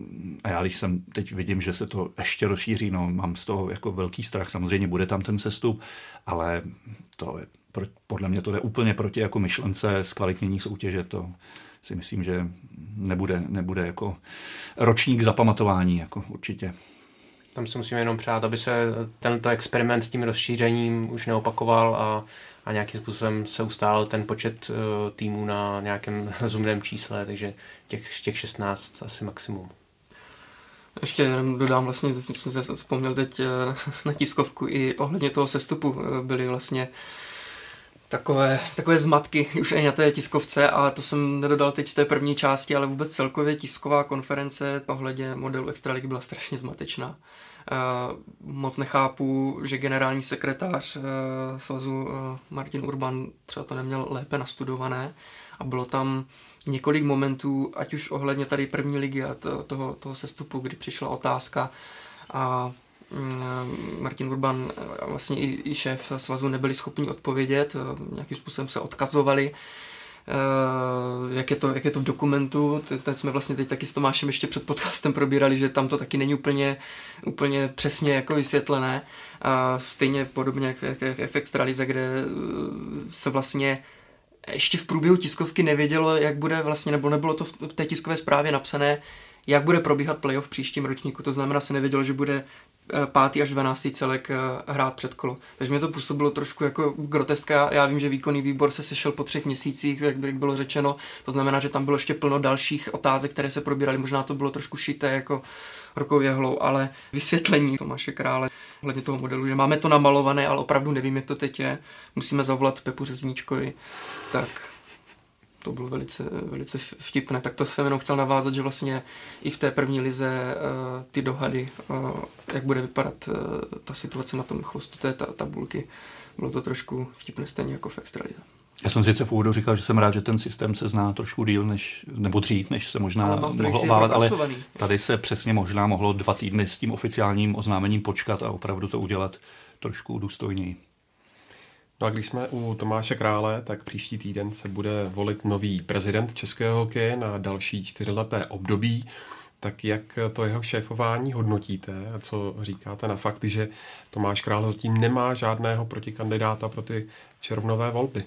a já když jsem teď vidím, že se to ještě rozšíří, no mám z toho jako velký strach, samozřejmě bude tam ten sestup, ale to je podle mě to jde úplně proti jako myšlence zkvalitnění soutěže, to si myslím, že nebude, nebude jako ročník zapamatování, jako určitě. Tam si musíme jenom přát, aby se tento experiment s tím rozšířením už neopakoval a, a nějakým způsobem se ustál ten počet uh, týmů na nějakém rozumném čísle, takže těch, těch šestnáct asi maximum. Ještě jenom dodám, vlastně jsem se vzpomněl teď na tiskovku i ohledně toho sestupu byly vlastně Takové, takové zmatky už i na té tiskovce a to jsem nedodal teď v té první části, ale vůbec celkově tisková konference ohledně modelu Extraligy byla strašně zmatečná. Uh, moc nechápu, že generální sekretář uh, svazu uh, Martin Urban třeba to neměl lépe nastudované a bylo tam několik momentů, ať už ohledně tady první ligy a to, toho, toho sestupu, kdy přišla otázka a Martin Urban a vlastně i, i šéf svazu nebyli schopni odpovědět, nějakým způsobem se odkazovali, jak je to, jak je to v dokumentu, ten jsme vlastně teď taky s Tomášem ještě před podcastem probírali, že tam to taky není úplně, úplně přesně jako vysvětlené. A stejně podobně jak, jak, jak v Extralize, kde se vlastně ještě v průběhu tiskovky nevědělo, jak bude vlastně, nebo nebylo to v té tiskové zprávě napsané, jak bude probíhat playoff v příštím ročníku. To znamená, se nevědělo, že bude pátý až dvanáctý celek hrát předkolo. Takže mě to působilo trošku jako groteska. Já vím, že výkonný výbor se sešel po třech měsících, jak bylo řečeno. To znamená, že tam bylo ještě plno dalších otázek, které se probíraly. Možná to bylo trošku šité jako rukou jehlou, ale vysvětlení Tomáše Krále ohledně toho modelu, že máme to namalované, ale opravdu nevím, jak to teď je. Musíme zavolat Pepu Řezníčkovi. Tak to bylo velice, velice vtipné. Tak to jsem jenom chtěl navázat, že vlastně i v té první lize uh, ty dohady, uh, jak bude vypadat uh, ta situace na tom chvostu té ta, tabulky, bylo to trošku vtipné stejně jako v extralize. Já jsem sice v úvodu říkal, že jsem rád, že ten systém se zná trošku díl, než, nebo dřív, než se možná mohlo obávat, ale tady se přesně možná mohlo dva týdny s tím oficiálním oznámením počkat a opravdu to udělat trošku důstojněji. No a když jsme u Tomáše Krále, tak příští týden se bude volit nový prezident českého hokeje na další čtyřleté období. Tak jak to jeho šéfování hodnotíte a co říkáte na fakt, že Tomáš Král zatím nemá žádného protikandidáta pro ty červnové volby?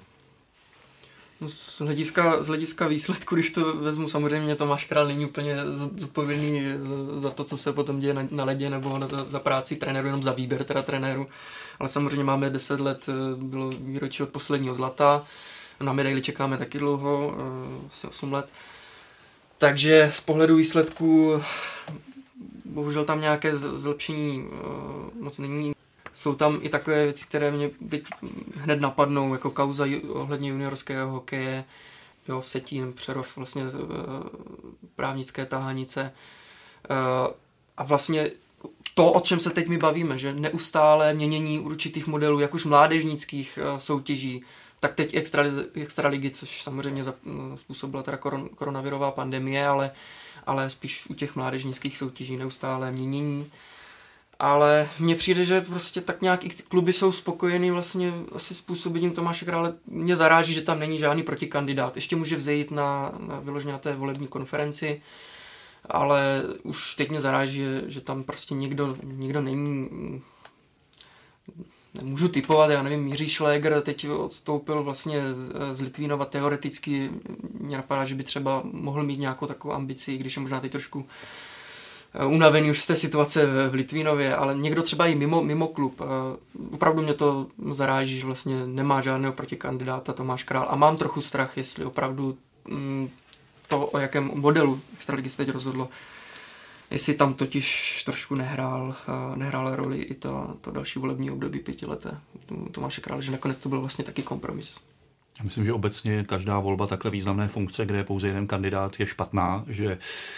Z hlediska, z hlediska výsledku, když to vezmu, samozřejmě Tomáš Král není úplně zodpovědný za to, co se potom děje na, na ledě nebo na, za práci trenéru, jenom za výběr teda trenéru, ale samozřejmě máme deset let, bylo výročí od posledního zlata, na medaili čekáme taky dlouho, asi osm let, takže z pohledu výsledku bohužel tam nějaké zlepšení moc není. Jsou tam i takové věci, které mě teď hned napadnou, jako kauza ohledně juniorského hokeje, jo, Vsetín, Přerov, vlastně právnické tahanice. A vlastně to, o čem se teď my bavíme, že neustále měnění určitých modelů, jak už mládežnických soutěží, tak teď extra, extraligy, což samozřejmě způsobila teda koron, koronavirová pandemie, ale, ale spíš u těch mládežnických soutěží neustále měnění. Ale mně přijde, že prostě tak nějak i kluby jsou spokojený vlastně asi způsobením Tomáše Krále. Mě zaráží, že tam není žádný protikandidát. Ještě může vzejít na, na vyloženě na té volební konferenci, ale už teď mě zaráží, že, že tam prostě nikdo, nikdo není. Nemůžu typovat, já nevím, Jiří Šléger teď odstoupil vlastně z, z Litvínova, teoreticky mě napadá, že by třeba mohl mít nějakou takovou ambici, když je možná teď trošku unavený už z té situace v Litvínově, ale někdo třeba i mimo, mimo klub. Opravdu mě to zaráží, že vlastně nemá žádného protikandidáta Tomáš Král a mám trochu strach, jestli opravdu to, o jakém modelu extraligy se teď rozhodlo, jestli tam totiž trošku nehrál, nehrál roli i to, to další volební období pětileté Tomáše Krále, že nakonec to byl vlastně taky kompromis. Já myslím, že obecně každá volba takhle významné funkce, kde je pouze jeden kandidát, je špatná, že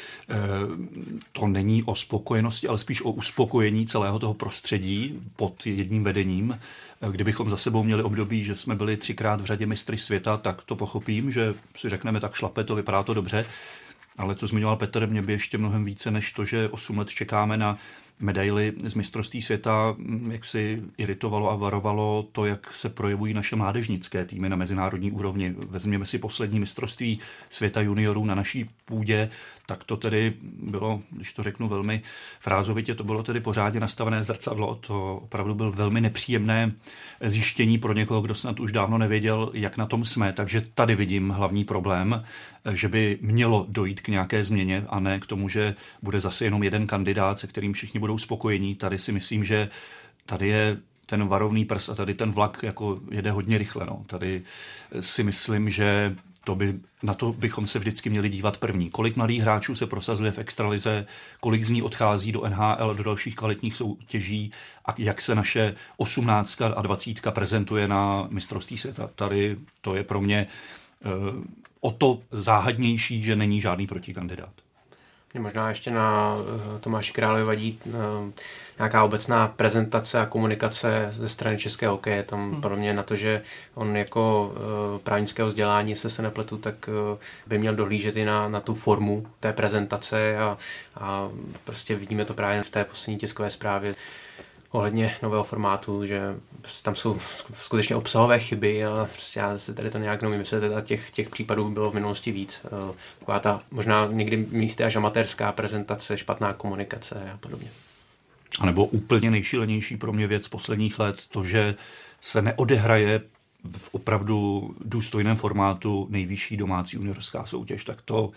to není o spokojenosti, ale spíš o uspokojení celého toho prostředí pod jedním vedením. Kdybychom za sebou měli období, že jsme byli třikrát v řadě mistry světa, tak to pochopím, že si řekneme, tak šlape to, vypadá to dobře. Ale co zmiňoval Petr, mě by ještě mnohem více než to, že osm let čekáme na medaily z mistrovství světa, jak si iritovalo a varovalo to, jak se projevují naše mládežnické týmy na mezinárodní úrovni. Vezměme si poslední mistrovství světa juniorů na naší půdě, tak to tedy bylo, když to řeknu velmi frázovitě, to bylo tedy pořádně nastavené zrcadlo. To opravdu byl velmi nepříjemné zjištění pro někoho, kdo snad už dávno nevěděl, jak na tom jsme. Takže tady vidím hlavní problém, že by mělo dojít k nějaké změně a ne k tomu, že bude zase jenom jeden kandidát, se kterým všichni budou spokojení. Tady si myslím, že tady je ten varovný prst a tady ten vlak jako jede hodně rychle. No. Tady si myslím, že to by, na to bychom se vždycky měli dívat první. Kolik mladých hráčů se prosazuje v extralize, kolik z ní odchází do N H L, do dalších kvalitních soutěží a jak se naše osmnáctka a dvacítka prezentuje na mistrovství světa. Tady to je pro mě uh, o to záhadnější, že není žádný protikandidát. Mě možná ještě na Tomáši Královi vadí uh, nějaká obecná prezentace a komunikace ze strany českého hokeje. Tam hmm. pro mě na to, že on jako uh, právnického vzdělání, jestli se nepletu, tak uh, by měl dohlížet i na, na tu formu té prezentace a, a prostě vidíme to právě v té poslední tiskové zprávě ohledně nového formátu, že tam jsou skutečně obsahové chyby, ale prostě já si tady to nějak neumím vysvětlit a těch, těch případů bylo v minulosti víc. Taková ta možná někdy místy až amatérská prezentace, špatná komunikace a podobně. A nebo úplně nejšílenější pro mě věc posledních let, to, že se neodehraje v opravdu důstojném formátu nejvyšší domácí juniorská soutěž, tak to,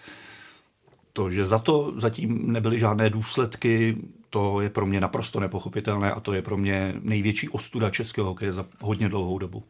to, že za to zatím nebyly žádné důsledky, to je pro mě naprosto nepochopitelné a to je pro mě největší ostuda českého hokeje za hodně dlouhou dobu.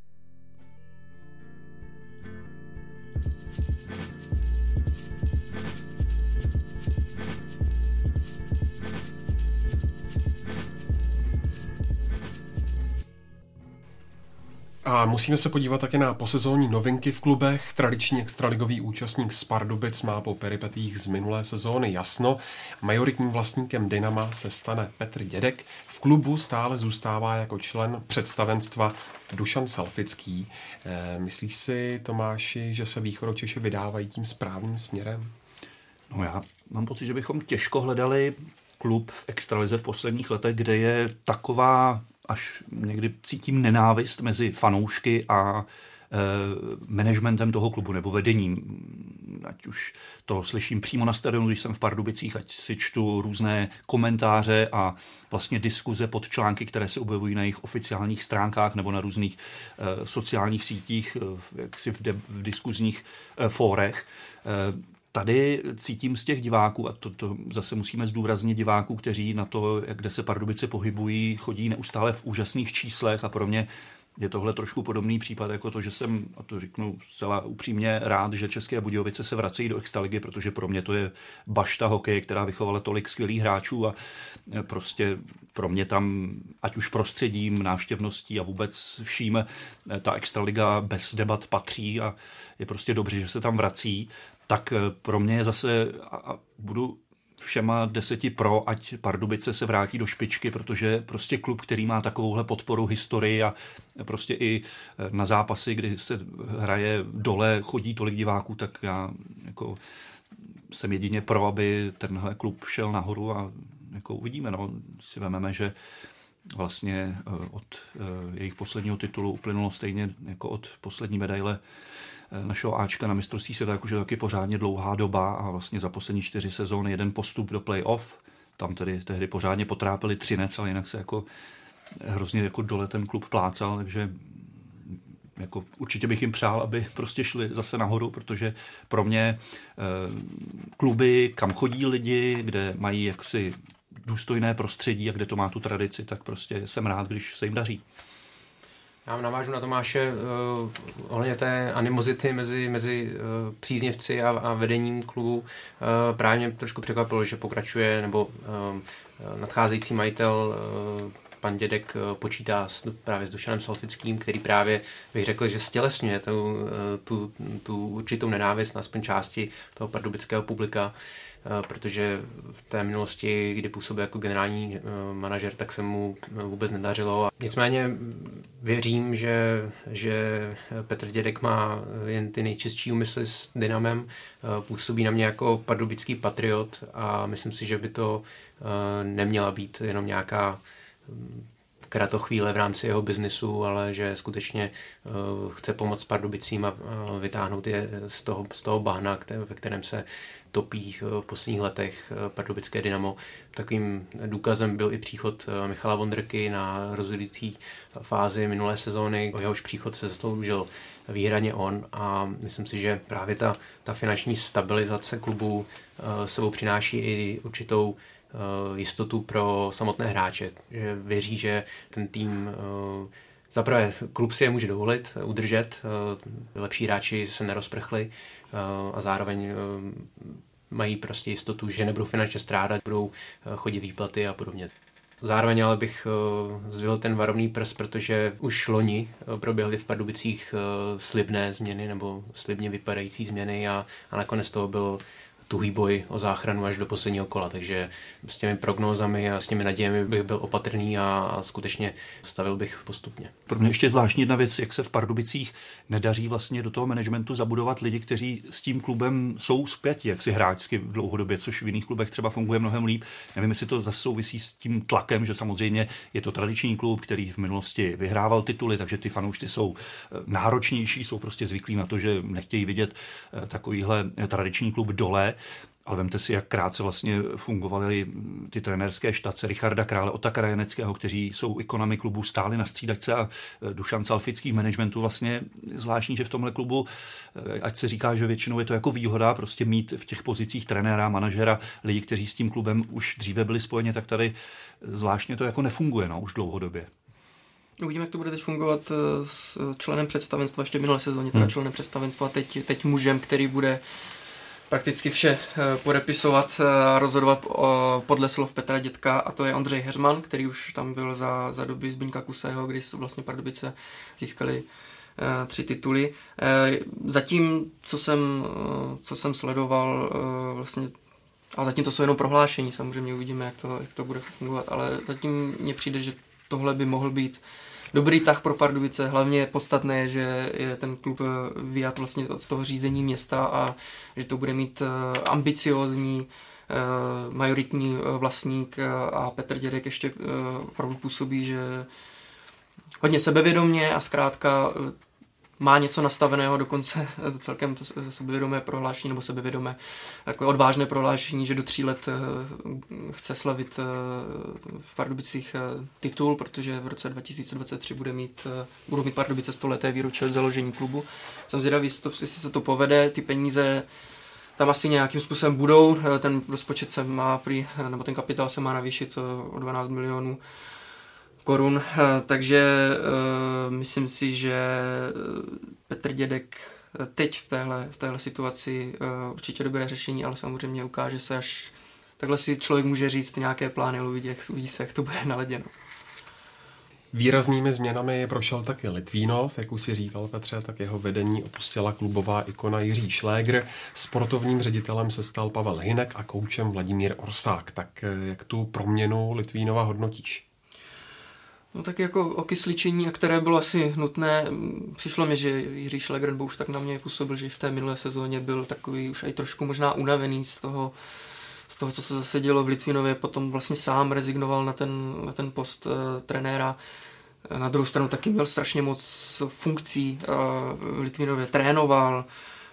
A musíme se podívat také na posezónní novinky v klubech. Tradiční extraligový účastník z Pardubic má po peripetích z minulé sezóny jasno. Majoritním vlastníkem Dynama se stane Petr Dědek. V klubu stále zůstává jako člen představenstva Dušan Salfický. E, myslíš si, Tomáši, že se Východočeši vydávají tím správným směrem? No já mám pocit, že bychom těžko hledali klub v extralize v posledních letech, kde je taková, až někdy cítím nenávist mezi fanoušky a e, managementem toho klubu nebo vedením. Ať už to slyším přímo na stadionu, když jsem v Pardubicích, ať si čtu různé komentáře a vlastně diskuze pod články, které se objevují na jejich oficiálních stránkách nebo na různých e, sociálních sítích, jaksi v, de, v diskuzních e, fórech. E, Tady cítím z těch diváků, a to, to zase musíme zdůraznit diváků, kteří na to, kde se Pardubice pohybují, chodí neustále v úžasných číslech a pro mě je tohle trošku podobný případ jako to, že jsem, a to řeknu zcela upřímně, rád, že České Budějovice se vracejí do extraligy, protože pro mě to je bašta hokeje, která vychovala tolik skvělých hráčů a prostě pro mě tam, ať už prostředím, návštěvností a vůbec vším, ta extraliga bez debat patří a je prostě dobře, že se tam vrací. Tak pro mě je zase, a budu všema deseti pro, ať Pardubice se vrátí do špičky, protože prostě klub, který má takovouhle podporu, historii a prostě i na zápasy, kdy se hraje dole, chodí tolik diváků, tak já jako jsem jedině pro, aby tenhle klub šel nahoru a jako uvidíme, no, si vememe, že vlastně od jejich posledního titulu uplynulo stejně jako od poslední medaile našeho Ačka na mistrovství světa, jakože taky pořádně dlouhá doba a vlastně za poslední čtyři sezóny jeden postup do play-off. Tam tedy tehdy pořádně potrápili Třinec, ale jinak se jako hrozně jako dole ten klub plácal, takže jako určitě bych jim přál, aby prostě šli zase nahoru, protože pro mě e, kluby, kam chodí lidi, kde mají jaksi důstojné prostředí a kde to má tu tradici, tak prostě jsem rád, když se jim daří. Já navážu na Tomáše uh, ohledně té animozity mezi, mezi uh, příznivci a, a vedením klubu. Uh, právě mě trošku překvapilo, že pokračuje, nebo uh, nadcházející majitel uh, pan Dědek uh, počítá s, právě s Dušanem Salfickým, který právě bych řekl, že stělesňuje tu, uh, tu, tu určitou nenávist na aspoň části toho pardubického publika, protože v té minulosti, kdy působil jako generální manažer, tak se mu vůbec nedařilo. Nicméně věřím, že, že Petr Dědek má jen ty nejčistší úmysly s Dynamem, působí na mě jako pardubický patriot a myslím si, že by to neměla být jenom nějaká kratochvíle v rámci jeho biznisu, ale že skutečně uh, chce pomoct Pardubicím a uh, vytáhnout je z toho, z toho bahna, které, ve kterém se topí uh, v posledních letech uh, pardubické Dynamo. Takovým důkazem byl i příchod uh, Michala Vondrky na rozhodující fázi minulé sezóny. O jehož příchod se zasloužil výhradně on a myslím si, že právě ta, ta finanční stabilizace klubu uh, sebou přináší i určitou jistotu pro samotné hráče, že věří, že ten tým zaprvé klub si je může dovolit udržet, lepší hráči se nerozprchli a zároveň mají prostě jistotu, že nebudou finančně strádat, budou chodit výplaty a podobně. Zároveň ale bych zdvihl ten varovný prst, protože už loni proběhly v Pardubicích slibné změny nebo slibně vypadající změny a, a nakonec toho byl tuhý boj o záchranu až do posledního kola, takže s těmi prognózami a s těmi nadějemi bych byl opatrný a, a skutečně stavil bych postupně. Pro mě ještě zvláštní jedna věc, jak se v Pardubicích nedaří vlastně do toho managementu zabudovat lidi, kteří s tím klubem jsou spjati, jak si hráčsky v dlouhodobě, což v jiných klubech třeba funguje mnohem líp. Nevím, jestli to zase souvisí s tím tlakem, že samozřejmě je to tradiční klub, který v minulosti vyhrával tituly, takže ty fanoušci jsou náročnější, jsou prostě zvyklí na to, že nechtějí vidět takovýhle tradiční klub dole. Ale vemte si, jak krátce vlastně fungovaly ty trenérské štace Richarda Krále, Ota Krajeneckého, kteří jsou ikonami klubu, stáli na střídačce a Dušan Salfický v managementu vlastně zvláštní, že v tomhle klubu, ať se říká, že většinou je to jako výhoda prostě mít v těch pozicích trenéra, manažera, lidi, kteří s tím klubem už dříve byli spojeni, tak tady zvláštně to jako nefunguje, no, už dlouhodobě. Uvidíme, jak to bude teď fungovat s členem představenstva, ještě minulé sezóně, teda hmm. členem představenstva, teď, teď mužem, který bude prakticky vše podepisovat a rozhodovat podle slov Petra Dědka, a to je Ondřej Heřman, který už tam byl za, za doby Zbyňka Kusého, kdy vlastně Pardubice získali tři tituly. Zatím, co jsem, co jsem sledoval, vlastně, a zatím to jsou jenom prohlášení, samozřejmě uvidíme, jak to, jak to bude fungovat, ale zatím mně přijde, že tohle by mohl být dobrý tah pro Pardubice. Hlavně je podstatné, že je ten klub vyjat vlastně od toho řízení města a že to bude mít ambiciózní majoritní vlastník a Petr Dědek ještě opravdu působí, že hodně sebevědomně a zkrátka má něco nastaveného, dokonce celkem sebevědomé prohlášení nebo sebevědomé jako odvážné prohlášení, že do tří let chce slavit v Pardubicích titul, protože v roce dva tisíce dvacet tři bude mít, budou mít Pardubice stoleté výročí od založení klubu. Jsem zvědavý, jestli se to povede, ty peníze tam asi nějakým způsobem budou, ten rozpočet se má prý, nebo ten kapitál se má navýšit o dvanáct milionů korun, takže uh, myslím si, že Petr Dědek teď v téhle, v téhle situaci uh, určitě dobré řešení, ale samozřejmě ukáže se, až takhle si člověk může říct nějaké plány, ale uvidí, uvidí se, jak to bude naladěno. Výraznými změnami prošel taky Litvínov, jak už si říkal Petře, tak jeho vedení opustila klubová ikona Jiří Šlégr, sportovním ředitelem se stal Pavel Hynek a koučem Vladimír Orsák. Tak jak tu proměnu Litvínova hodnotíš? No tak jako okysličení, které bylo asi nutné, přišlo mi, že Jiří Šlégr už tak na mě působil, že v té minulé sezóně byl takový už i trošku možná unavený z toho, z toho, co se zase dělo v Litvínově, potom vlastně sám rezignoval na ten, na ten post uh, trenéra. Na druhou stranu taky měl strašně moc funkcí, uh, v Litvínově trénoval,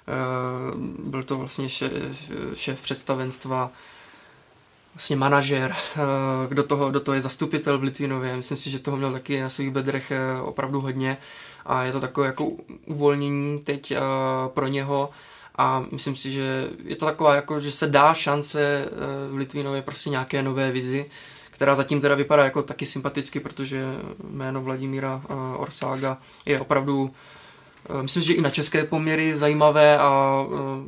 uh, byl to vlastně šéf, šéf představenstva, vlastně manažer, kdo toho, kdo toho je zastupitel v Litvínově. Myslím si, že toho měl taky na svých bedrech opravdu hodně a je to takové jako uvolnění teď pro něho a myslím si, že je to taková jako, že se dá šance v Litvínově prostě nějaké nové vizi, která zatím teda vypadá jako taky sympaticky, protože jméno Vladimíra Orsága je opravdu, myslím, že i na české poměry zajímavé a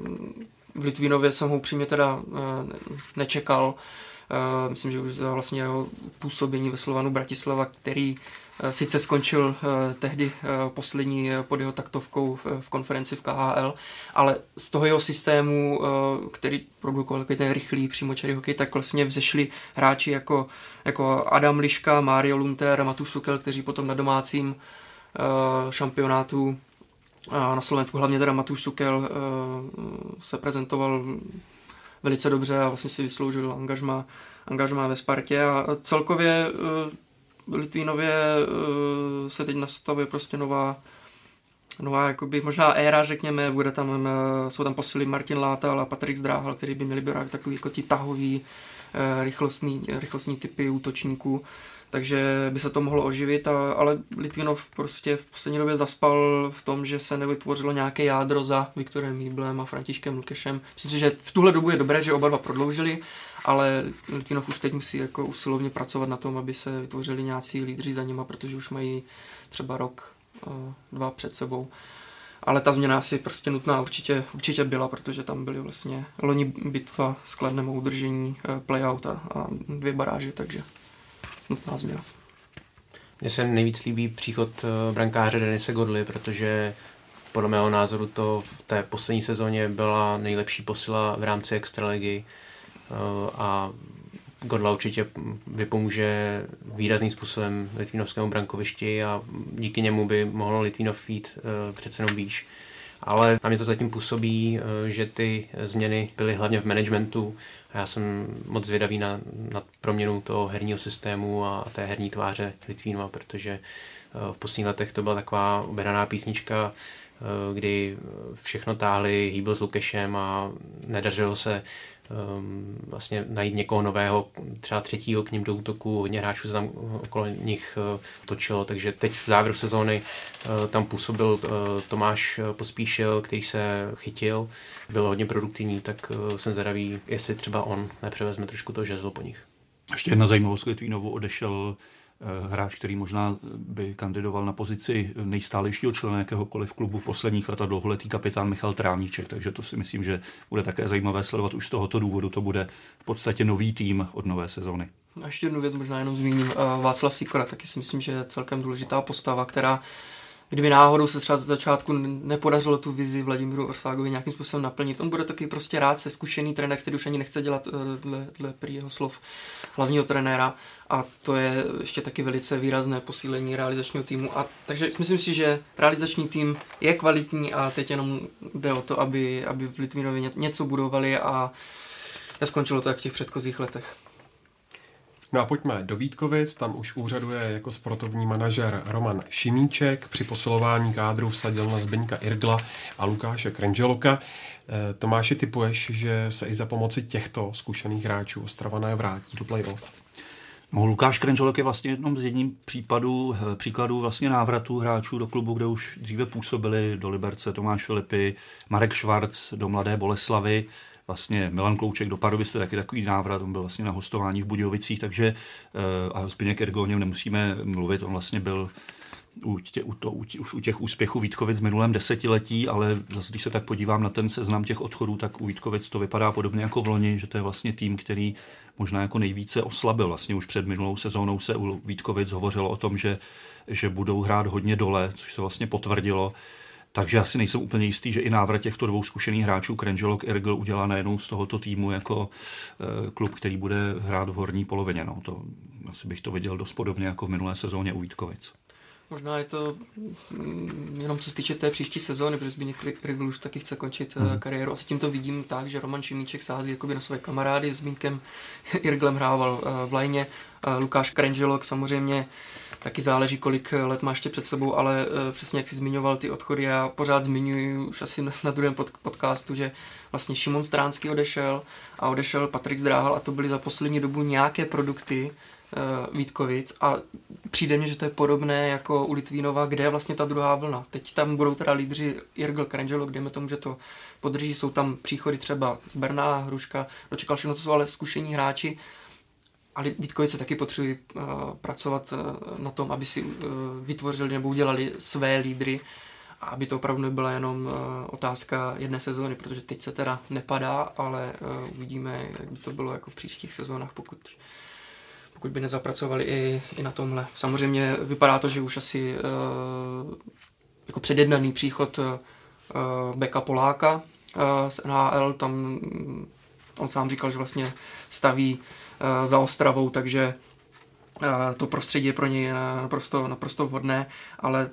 v Litvínově jsem ho upřímně teda nečekal. Myslím, že už za vlastně jeho působení ve Slovanu Bratislava, který sice skončil tehdy poslední pod jeho taktovkou v konferenci v K H L, ale z toho jeho systému, který produkoval ten rychlý přímočarý hokej, tak vlastně vzešli hráči jako, jako Adam Liška, Mário Lunter, Matúš Sukel, kteří potom na domácím šampionátu a na Slovensku, hlavně teda Matúš Sukel, se prezentoval velice dobře a vlastně si vysloužil angažma, angažma ve Spartě a celkově v Litvínově se teď nastavuje prostě nová, nová jakoby, možná éra, řekněme, bude tam, jsou tam posily Martin Látal a Patrik Zdráhal, kteří by měli být takový jako ti tahový, rychlostní, rychlostní typy útočníků. Takže by se to mohlo oživit, a, ale Litvínov prostě v poslední době zaspal v tom, že se nevytvořilo nějaké jádro za Viktorem Hýblem a Františkem Lukešem. Myslím si, že v tuhle dobu je dobré, že oba dva prodloužili, ale Litvínov už teď musí jako usilovně pracovat na tom, aby se vytvořili nějací lídři za nima, protože už mají třeba rok, dva před sebou. Ale ta změna asi prostě nutná určitě, určitě byla, protože tam byly vlastně loni bitva s Kladnem o udržení, playout a, a dvě baráže, takže nutná změna. Mně se nejvíc líbí příchod brankáře Denise Godly, protože podle mého názoru to v té poslední sezóně byla nejlepší posila v rámci extraligy a Godla určitě vypomůže výrazným způsobem litvínovskému brankovišti a díky němu by mohlo Litvínov jít přece jenom výš. Ale na mě to zatím působí, že ty změny byly hlavně v managementu a já jsem moc zvědavý na, na proměnu toho herního systému a té herní tváře Litvínova, protože v posledních letech to byla taková objednaná písnička, kdy všechno táhli Hýbl s Lukešem a nedařilo se um, vlastně najít někoho nového, třeba třetího k ním do útoku, hodně hráčů se tam okolo nich uh, točilo, takže teď v závěru sezóny uh, tam působil uh, Tomáš Pospíšil, který se chytil, byl hodně produktivní, tak uh, jsem zvědavý, jestli třeba on nepřevezme trošku to žezlo po nich. Ještě jedna zajímavost, Litvínovu odešel hráč, který možná by kandidoval na pozici nejstálejšího člena jakéhokoliv klubu v posledních letech, dlouholetý kapitán Michal Trávníček, takže to si myslím, že bude také zajímavé sledovat. Už z tohoto důvodu to bude v podstatě nový tým od nové sezony. A ještě jednu věc možná jenom zmíním. Václav Sikora, taky si myslím, že je celkem důležitá postava, která kdyby náhodou se třeba z začátku nepodařilo tu vizi Vladimíru Orságovi nějakým způsobem naplnit. On bude taky prostě rád se zkušený trenér, který už ani nechce dělat dle, dle prý jeho slov hlavního trenéra a to je ještě taky velice výrazné posílení realizačního týmu. A takže myslím si, že realizační tým je kvalitní a teď jenom jde o to, aby, aby v Litvínově něco budovali a neskončilo to jak v těch předchozích letech. No a pojďme do Vítkovic, tam už úřaduje jako sportovní manažer Roman Šimíček, při posilování kádru vsadil na Zbyňka Irgla a Lukáše Krenželoka. E, Tomáši, tipuješ, že se i za pomoci těchto zkušených hráčů Ostravané vrátí do play-off? No, Lukáš Krenželok je vlastně jednom z jedním případů, příkladů vlastně návratu hráčů do klubu, kde už dříve působili, do Liberce Tomáš Filipy, Marek Švarc do Mladé Boleslavy, vlastně Milan Klouček do Pardubic, to je taky takový návrat, on byl vlastně na hostování v Budějovicích, takže a Zbyněk Irgl, o něm nemusíme mluvit, on vlastně byl u, tě, u, to, u, tě, už u těch úspěchů Vítkovic v minulém desetiletí, ale zase, když se tak podívám na ten seznam těch odchodů, tak u Vítkovic to vypadá podobně jako v loni, že to je vlastně tým, který možná jako nejvíce oslabil. Vlastně už před minulou sezónou se u Vítkovic hovořilo o tom, že, že budou hrát hodně dole, což se vlastně potvrdilo. Takže asi nejsem úplně jistý, že i návrat těchto dvou zkušených hráčů Krenželok Irgl udělá najednou z tohoto týmu jako e, klub, který bude hrát v horní polovině. No, to, asi bych to viděl dost podobně jako v minulé sezóně u Vítkovic. Možná je to mm, jenom co se týče té příští sezóny, protože Zbigněk Irgl už taky chce končit hmm. kariéru. A s tím to vidím tak, že Roman Šimíček sází jakoby na své kamarády. S Zbigněkem Irglem hrával uh, v lajně. Uh, Lukáš Krenželok samozřejmě taky záleží, kolik let má ještě před sebou, ale uh, přesně jak jsi zmiňoval ty odchody, já pořád zmiňuji už asi na, na druhém pod, podcastu, že vlastně Šimon Stránský odešel a odešel Patrik Zdráhal a to byly za poslední dobu nějaké produkty uh, Vítkovic a přijde mně, že to je podobné jako u Litvínova, kde je vlastně ta druhá vlna. Teď tam budou teda lídři Irgl, Krenželok, dejme tomu, že to podrží, jsou tam příchody třeba z Brna, Hruška, dočekal všechno, to jsou ale zkušení hráči, ale Vítkovice taky potřebují uh, pracovat uh, na tom, aby si uh, vytvořili nebo udělali své lídry, a aby to opravdu nebyla jenom uh, otázka jedné sezóny, protože teď se teda nepadá, ale uh, uvidíme, jak by to bylo jako v příštích sezónách, pokud pokud by nezapracovali i, i na tomhle. Samozřejmě vypadá to, že už asi uh, jako předjednaný příchod uh, Beka Poláka uh, z N H L, tam on sám říkal, že vlastně staví uh, za Ostravou, takže uh, to prostředí je pro něj naprosto, naprosto vhodné, ale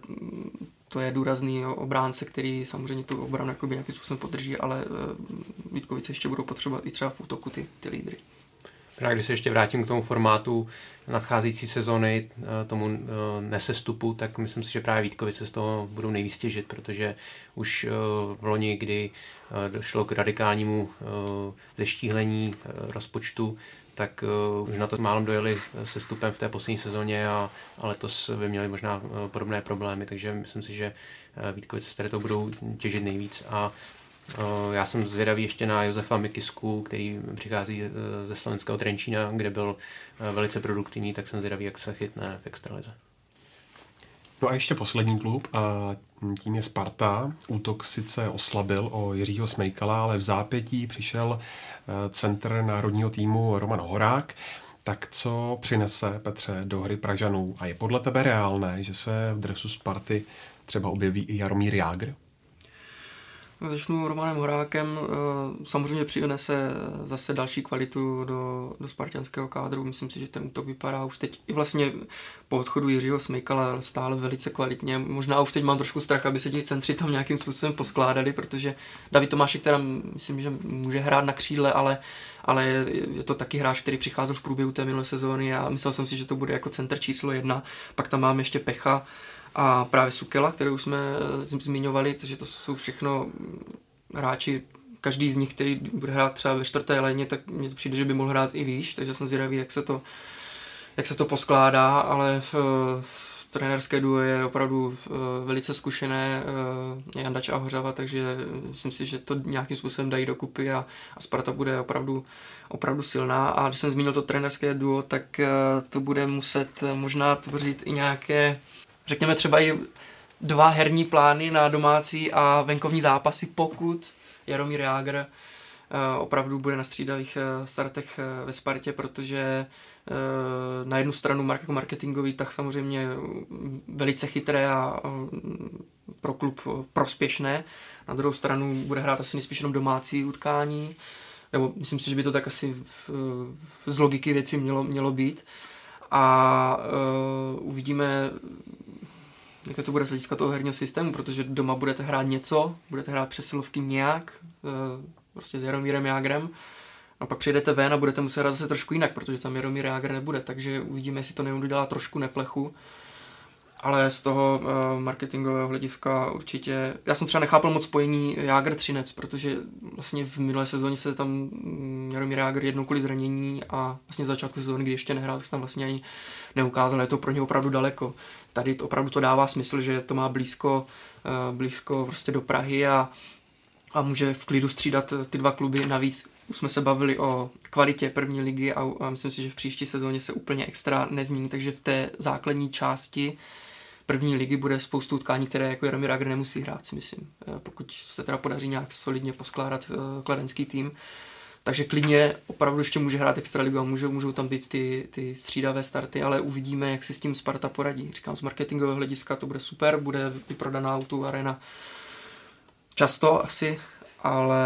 to je důrazný obránce, který samozřejmě tu obranu jakoby nějakým způsobem podrží, ale uh, Vítkovice ještě budou potřebovat i třeba v útoku ty, ty lídry. Právě když se ještě vrátím k tomu formátu nadcházející sezony, tomu nesestupu, tak myslím si, že právě Vítkovice z toho budou nejvíc těžit, protože už v loni, kdy došlo k radikálnímu zeštíhlení rozpočtu, tak už na to málem dojeli sestupem v té poslední sezóně a, a letos by měli možná podobné problémy, takže myslím si, že Vítkovice z tady to budou těžit nejvíc. A já jsem zvědavý ještě na Josefa Mikisku, který přichází ze slovenského Trenčína, kde byl velice produktivní, tak jsem zvědavý, jak se chytne v extralize. No a ještě poslední klub, a tím je Sparta. Útok sice oslabil o Jiřího Smejkala, ale v zápětí přišel centr národního týmu Roman Horák. Tak co přinese, Petře, do hry Pražanů? A je podle tebe reálné, že se v dresu Sparty třeba objeví i Jaromír Jágr? Začnu Romanem Horákem, samozřejmě přinese zase další kvalitu do, do spartanského kádru, myslím si, že ten útok vypadá už teď i vlastně po odchodu Jiřího Smejkala stále velice kvalitně, možná už teď mám trošku strach, aby se ti centři tam nějakým způsobem poskládali, protože David Tomášek teda myslím, že může hrát na křídle, ale, ale je to taky hráč, který přicházel v průběhu té minulé sezóny a myslel jsem si, že to bude jako centr číslo jedna, pak tam máme ještě Pecha a právě Sukela, kterou jsme zmiňovali, takže to jsou všechno hráči, každý z nich, který bude hrát třeba ve čtvrté léně, tak mně to přijde, že by mohl hrát i výš, takže jsem zvědavý, jak se to, jak se to poskládá, ale v, v trenérské duo je opravdu velice zkušené Jandač a Hořava, takže myslím si, že to nějakým způsobem dají dokupy a, a Sparta bude opravdu, opravdu silná. A když jsem zmínil to trenérské duo, tak to bude muset možná tvořit i nějaké, řekněme třeba i dva herní plány na domácí a venkovní zápasy, pokud Jaromír Jágr opravdu bude na střídavých startech ve Spartě, protože na jednu stranu jako marketingový, tak samozřejmě velice chytré a pro klub prospěšné. Na druhou stranu bude hrát asi nejspíš jenom domácí utkání, nebo myslím si, že by to tak asi z logiky věci mělo, mělo být. A uh, uvidíme, jak to bude z hlediska toho herního systému, protože doma budete hrát něco, budete hrát přesilovky nějak, uh, prostě s Jaromírem Jágrem, a pak přijedete ven a budete muset hrát zase trošku jinak, protože tam Jaromír Jágr nebude, takže uvidíme, jestli to neudělá trošku neplechu. Ale z toho uh, marketingového hlediska určitě, já jsem třeba nechápal moc spojení Jágr Třinec, protože vlastně v minulé sezóně se tam Jaromír Jágr jednou kvůli zranění a vlastně z začátku sezóny, kdy ještě nehrál, tak se tam vlastně ani neukázal, je to pro ně opravdu daleko. Tady to, opravdu to dává smysl, že to má blízko, uh, blízko prostě do Prahy a, a může v klidu střídat ty dva kluby. Navíc už jsme se bavili o kvalitě první ligy a, a myslím si, že v příští sezóně se úplně extra nezmění, takže v té základní části první ligy bude spoustu utkání, které jako Jaromír Jágr nemusí hrát, si myslím. Pokud se teda podaří nějak solidně poskládat kladenský tým. Takže klidně opravdu ještě může hrát extraligu a můžou, můžou tam být ty, ty střídavé starty, ale uvidíme, jak si s tím Sparta poradí. Říkám, z marketingového hlediska to bude super, bude vyprodaná auto arena často asi, ale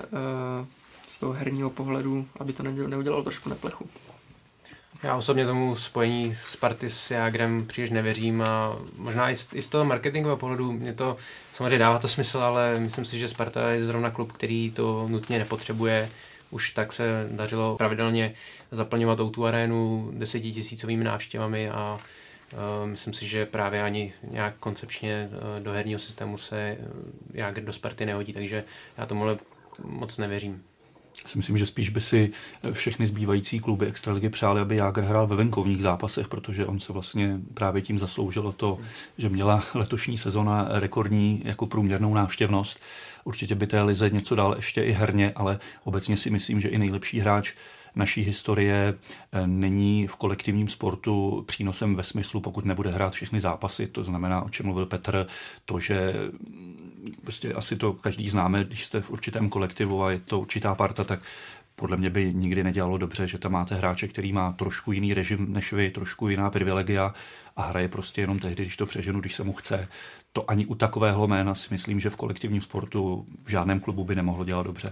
z toho herního pohledu, aby to neudělalo trošku neplechu. Já osobně tomu spojení Sparty s Jágrem příliš nevěřím a možná i z, i z toho marketingového pohledu mě to samozřejmě dává to smysl, ale myslím si, že Sparta je zrovna klub, který to nutně nepotřebuje. Už tak se dařilo pravidelně zaplňovat O dva arénu desetitisícovými návštěvami a uh, myslím si, že právě ani nějak koncepčně uh, do herního systému se Jágr do Sparty nehodí, takže já tomuhle moc nevěřím. Já si myslím, že spíš by si všechny zbývající kluby extraligy přáli, aby Jágr hrál ve venkovních zápasech, protože on se vlastně právě tím zasloužil o to, že měla letošní sezona rekordní jako průměrnou návštěvnost. Určitě by té lize něco dál ještě i herně, ale obecně si myslím, že i nejlepší hráč naší historie není v kolektivním sportu přínosem ve smyslu, pokud nebude hrát všechny zápasy. To znamená, o čem mluvil Petr, to, že prostě asi to každý známe, když jste v určitém kolektivu a je to určitá parta, tak podle mě by nikdy nedělalo dobře, že tam máte hráče, který má trošku jiný režim než vy, trošku jiná privilegia a hraje prostě jenom tehdy, když to přeženu, když se mu chce. To ani u takového jména si myslím, že v kolektivním sportu v žádném klubu by nemohlo dělat dobře.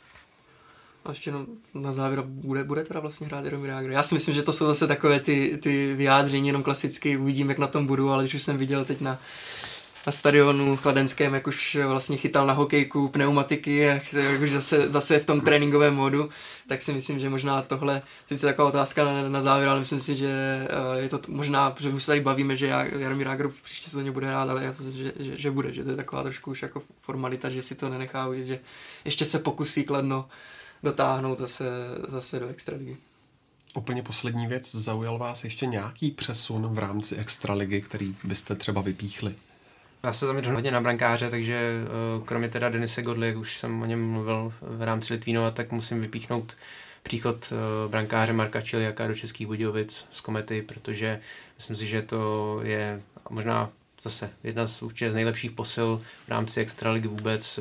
A ještě no, na závěr, bude, bude teda vlastně hrát Jaromír Jágr. Já si myslím, že to jsou zase takové ty, ty vyjádření, jenom klasicky, uvidím, jak na tom budu, ale když už jsem viděl teď na, na stadionu kladenském, jak už vlastně chytal na hokejku pneumatiky, jak, jak už zase, zase v tom tréninkovém módu, tak si myslím, že možná tohle, teď je taková otázka na, na závěr, ale myslím si, že je to možná, protože už se tady bavíme, že Jaromír Jágr v příští sezóně bude hrát, ale já to myslím, že, že, že bude, že to je taková trošku už jako formalita, že si to nenechá ujít, že ještě se pokusí Kladno dotáhnout zase, zase do extraligy. Úplně poslední věc, zaujal vás ještě nějaký přesun v rámci extraligy, který byste třeba vypíchli? Já se zaměřím hodně na brankáře, takže kromě teda Denise Godly, jak už jsem o něm mluvil v rámci Litvínova, tak musím vypíchnout příchod brankáře Marka Čiliaka do Českých Budějovic z Komety, protože myslím si, že to je možná zase jedna z určitě z nejlepších posil v rámci extraligy vůbec.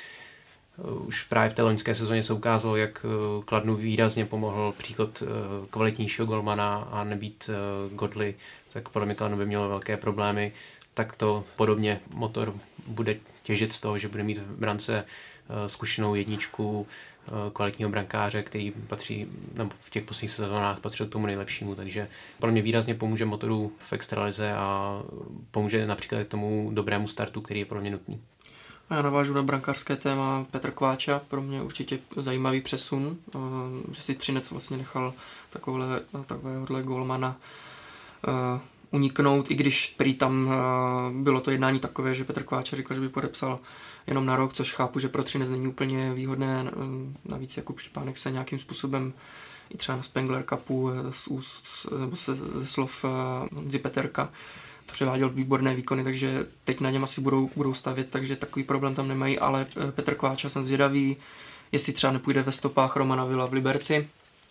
Už právě v té loňské sezóně se ukázalo, jak Kladnu výrazně pomohl příchod kvalitnějšího golmana a nebýt Godly, tak podle mě Kladno by mělo velké problémy. Tak to podobně Motor bude těžit z toho, že bude mít v brance zkušenou jedničku kvalitního brankáře, který patří, nebo v těch posledních sezónách patřil k tomu nejlepšímu, takže podle mě výrazně pomůže Motoru v extralize a pomůže například k tomu dobrému startu, který je podle mě nutný. Já navážu na brankářské téma Petr Kváča, pro mě určitě zajímavý přesun, že si Třinec vlastně nechal takovéhle, takovéhohle golmana uniknout, i když prý tam bylo to jednání takové, že Petr Kváča říkal, že by podepsal jenom na rok, což chápu, že pro Třinec není úplně výhodné, navíc Jakub Štěpánek se nějakým způsobem i třeba na Spengler Cupu z úst, nebo ze slov Honzy Peterka to převáděl výborné výkony, takže teď na něm asi budou, budou stavět, takže takový problém tam nemají, ale Petr Kváča jsem zvědavý, jestli třeba nepůjde ve stopách Romana Vila v Liberci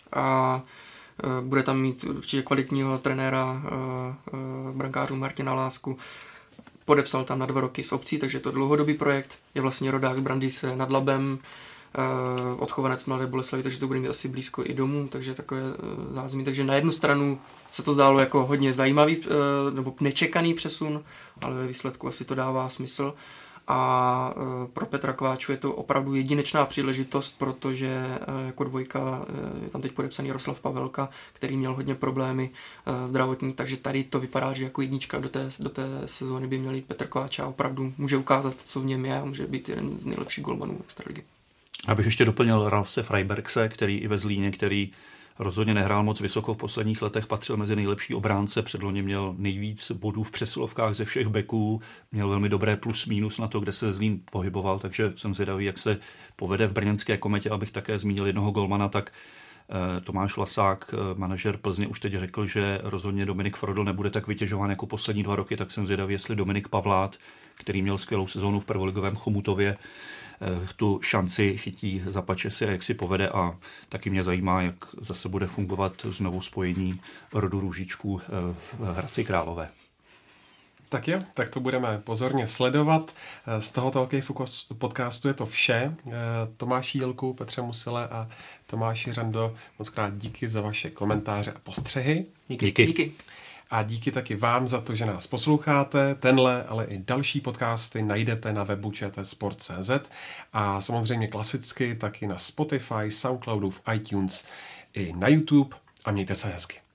a bude tam mít určitě kvalitního trenéra brankářů Martina Lásku. Podepsal tam na dva roky s obcí, takže je to dlouhodobý projekt. Je vlastně rodák z Brandýse nad Labem, odchovanec Mladé Boleslavi, takže to bude mít asi blízko i domů, takže takové zázemí. Takže na jednu stranu se to zdálo jako hodně zajímavý nebo nečekaný přesun, ale ve výsledku asi to dává smysl. A pro Petra Kváču je to opravdu jedinečná příležitost, protože jako dvojka je tam teď podepsaný Jaroslav Pavelka, který měl hodně problémy zdravotní, takže tady to vypadá, že jako jednička do té, do té sezóny by měl jít Petr Kváč a opravdu může ukázat, co v něm je a může být jeden z nejlepších golmanů extraligy. Abych ještě doplnil Ralfse Freibergse, který i ve Zlíně, který rozhodně nehrál moc vysoko v posledních letech, patřil mezi nejlepší obránce, předloni měl nejvíc bodů v přesilovkách ze všech beků, měl velmi dobré plus minus na to, kde se Zlín pohyboval, takže jsem zvědavý, jak se povede v brněnské Kometě, abych také zmínil jednoho golmana, tak Tomáš Vlasák, manažer Plzně, už teď řekl, že rozhodně Dominik Frodl nebude tak vytěžován jako poslední dva roky, tak jsem zvědavý, jestli Dominik Pavlát, který měl skvělou sezónu v prvoligovém Chomutově, tu šanci chytí, zapače si a jak si povede a taky mě zajímá, jak zase bude fungovat znovu spojení rodu Růžičků v Hradci Králové. Tak jo, tak to budeme pozorně sledovat. Z tohoto Hokej Focus podcastu je to vše. Tomáši Jilku, Petře Musile a Tomáši Řando, moc krát díky za vaše komentáře a postřehy. Díky. Díky. Díky. A díky taky vám za to, že nás posloucháte. Tenhle, ale i další podcasty najdete na webu č t sport tečka c z a samozřejmě klasicky taky na Spotify, Soundcloudu, v iTunes i na YouTube. A mějte se hezky.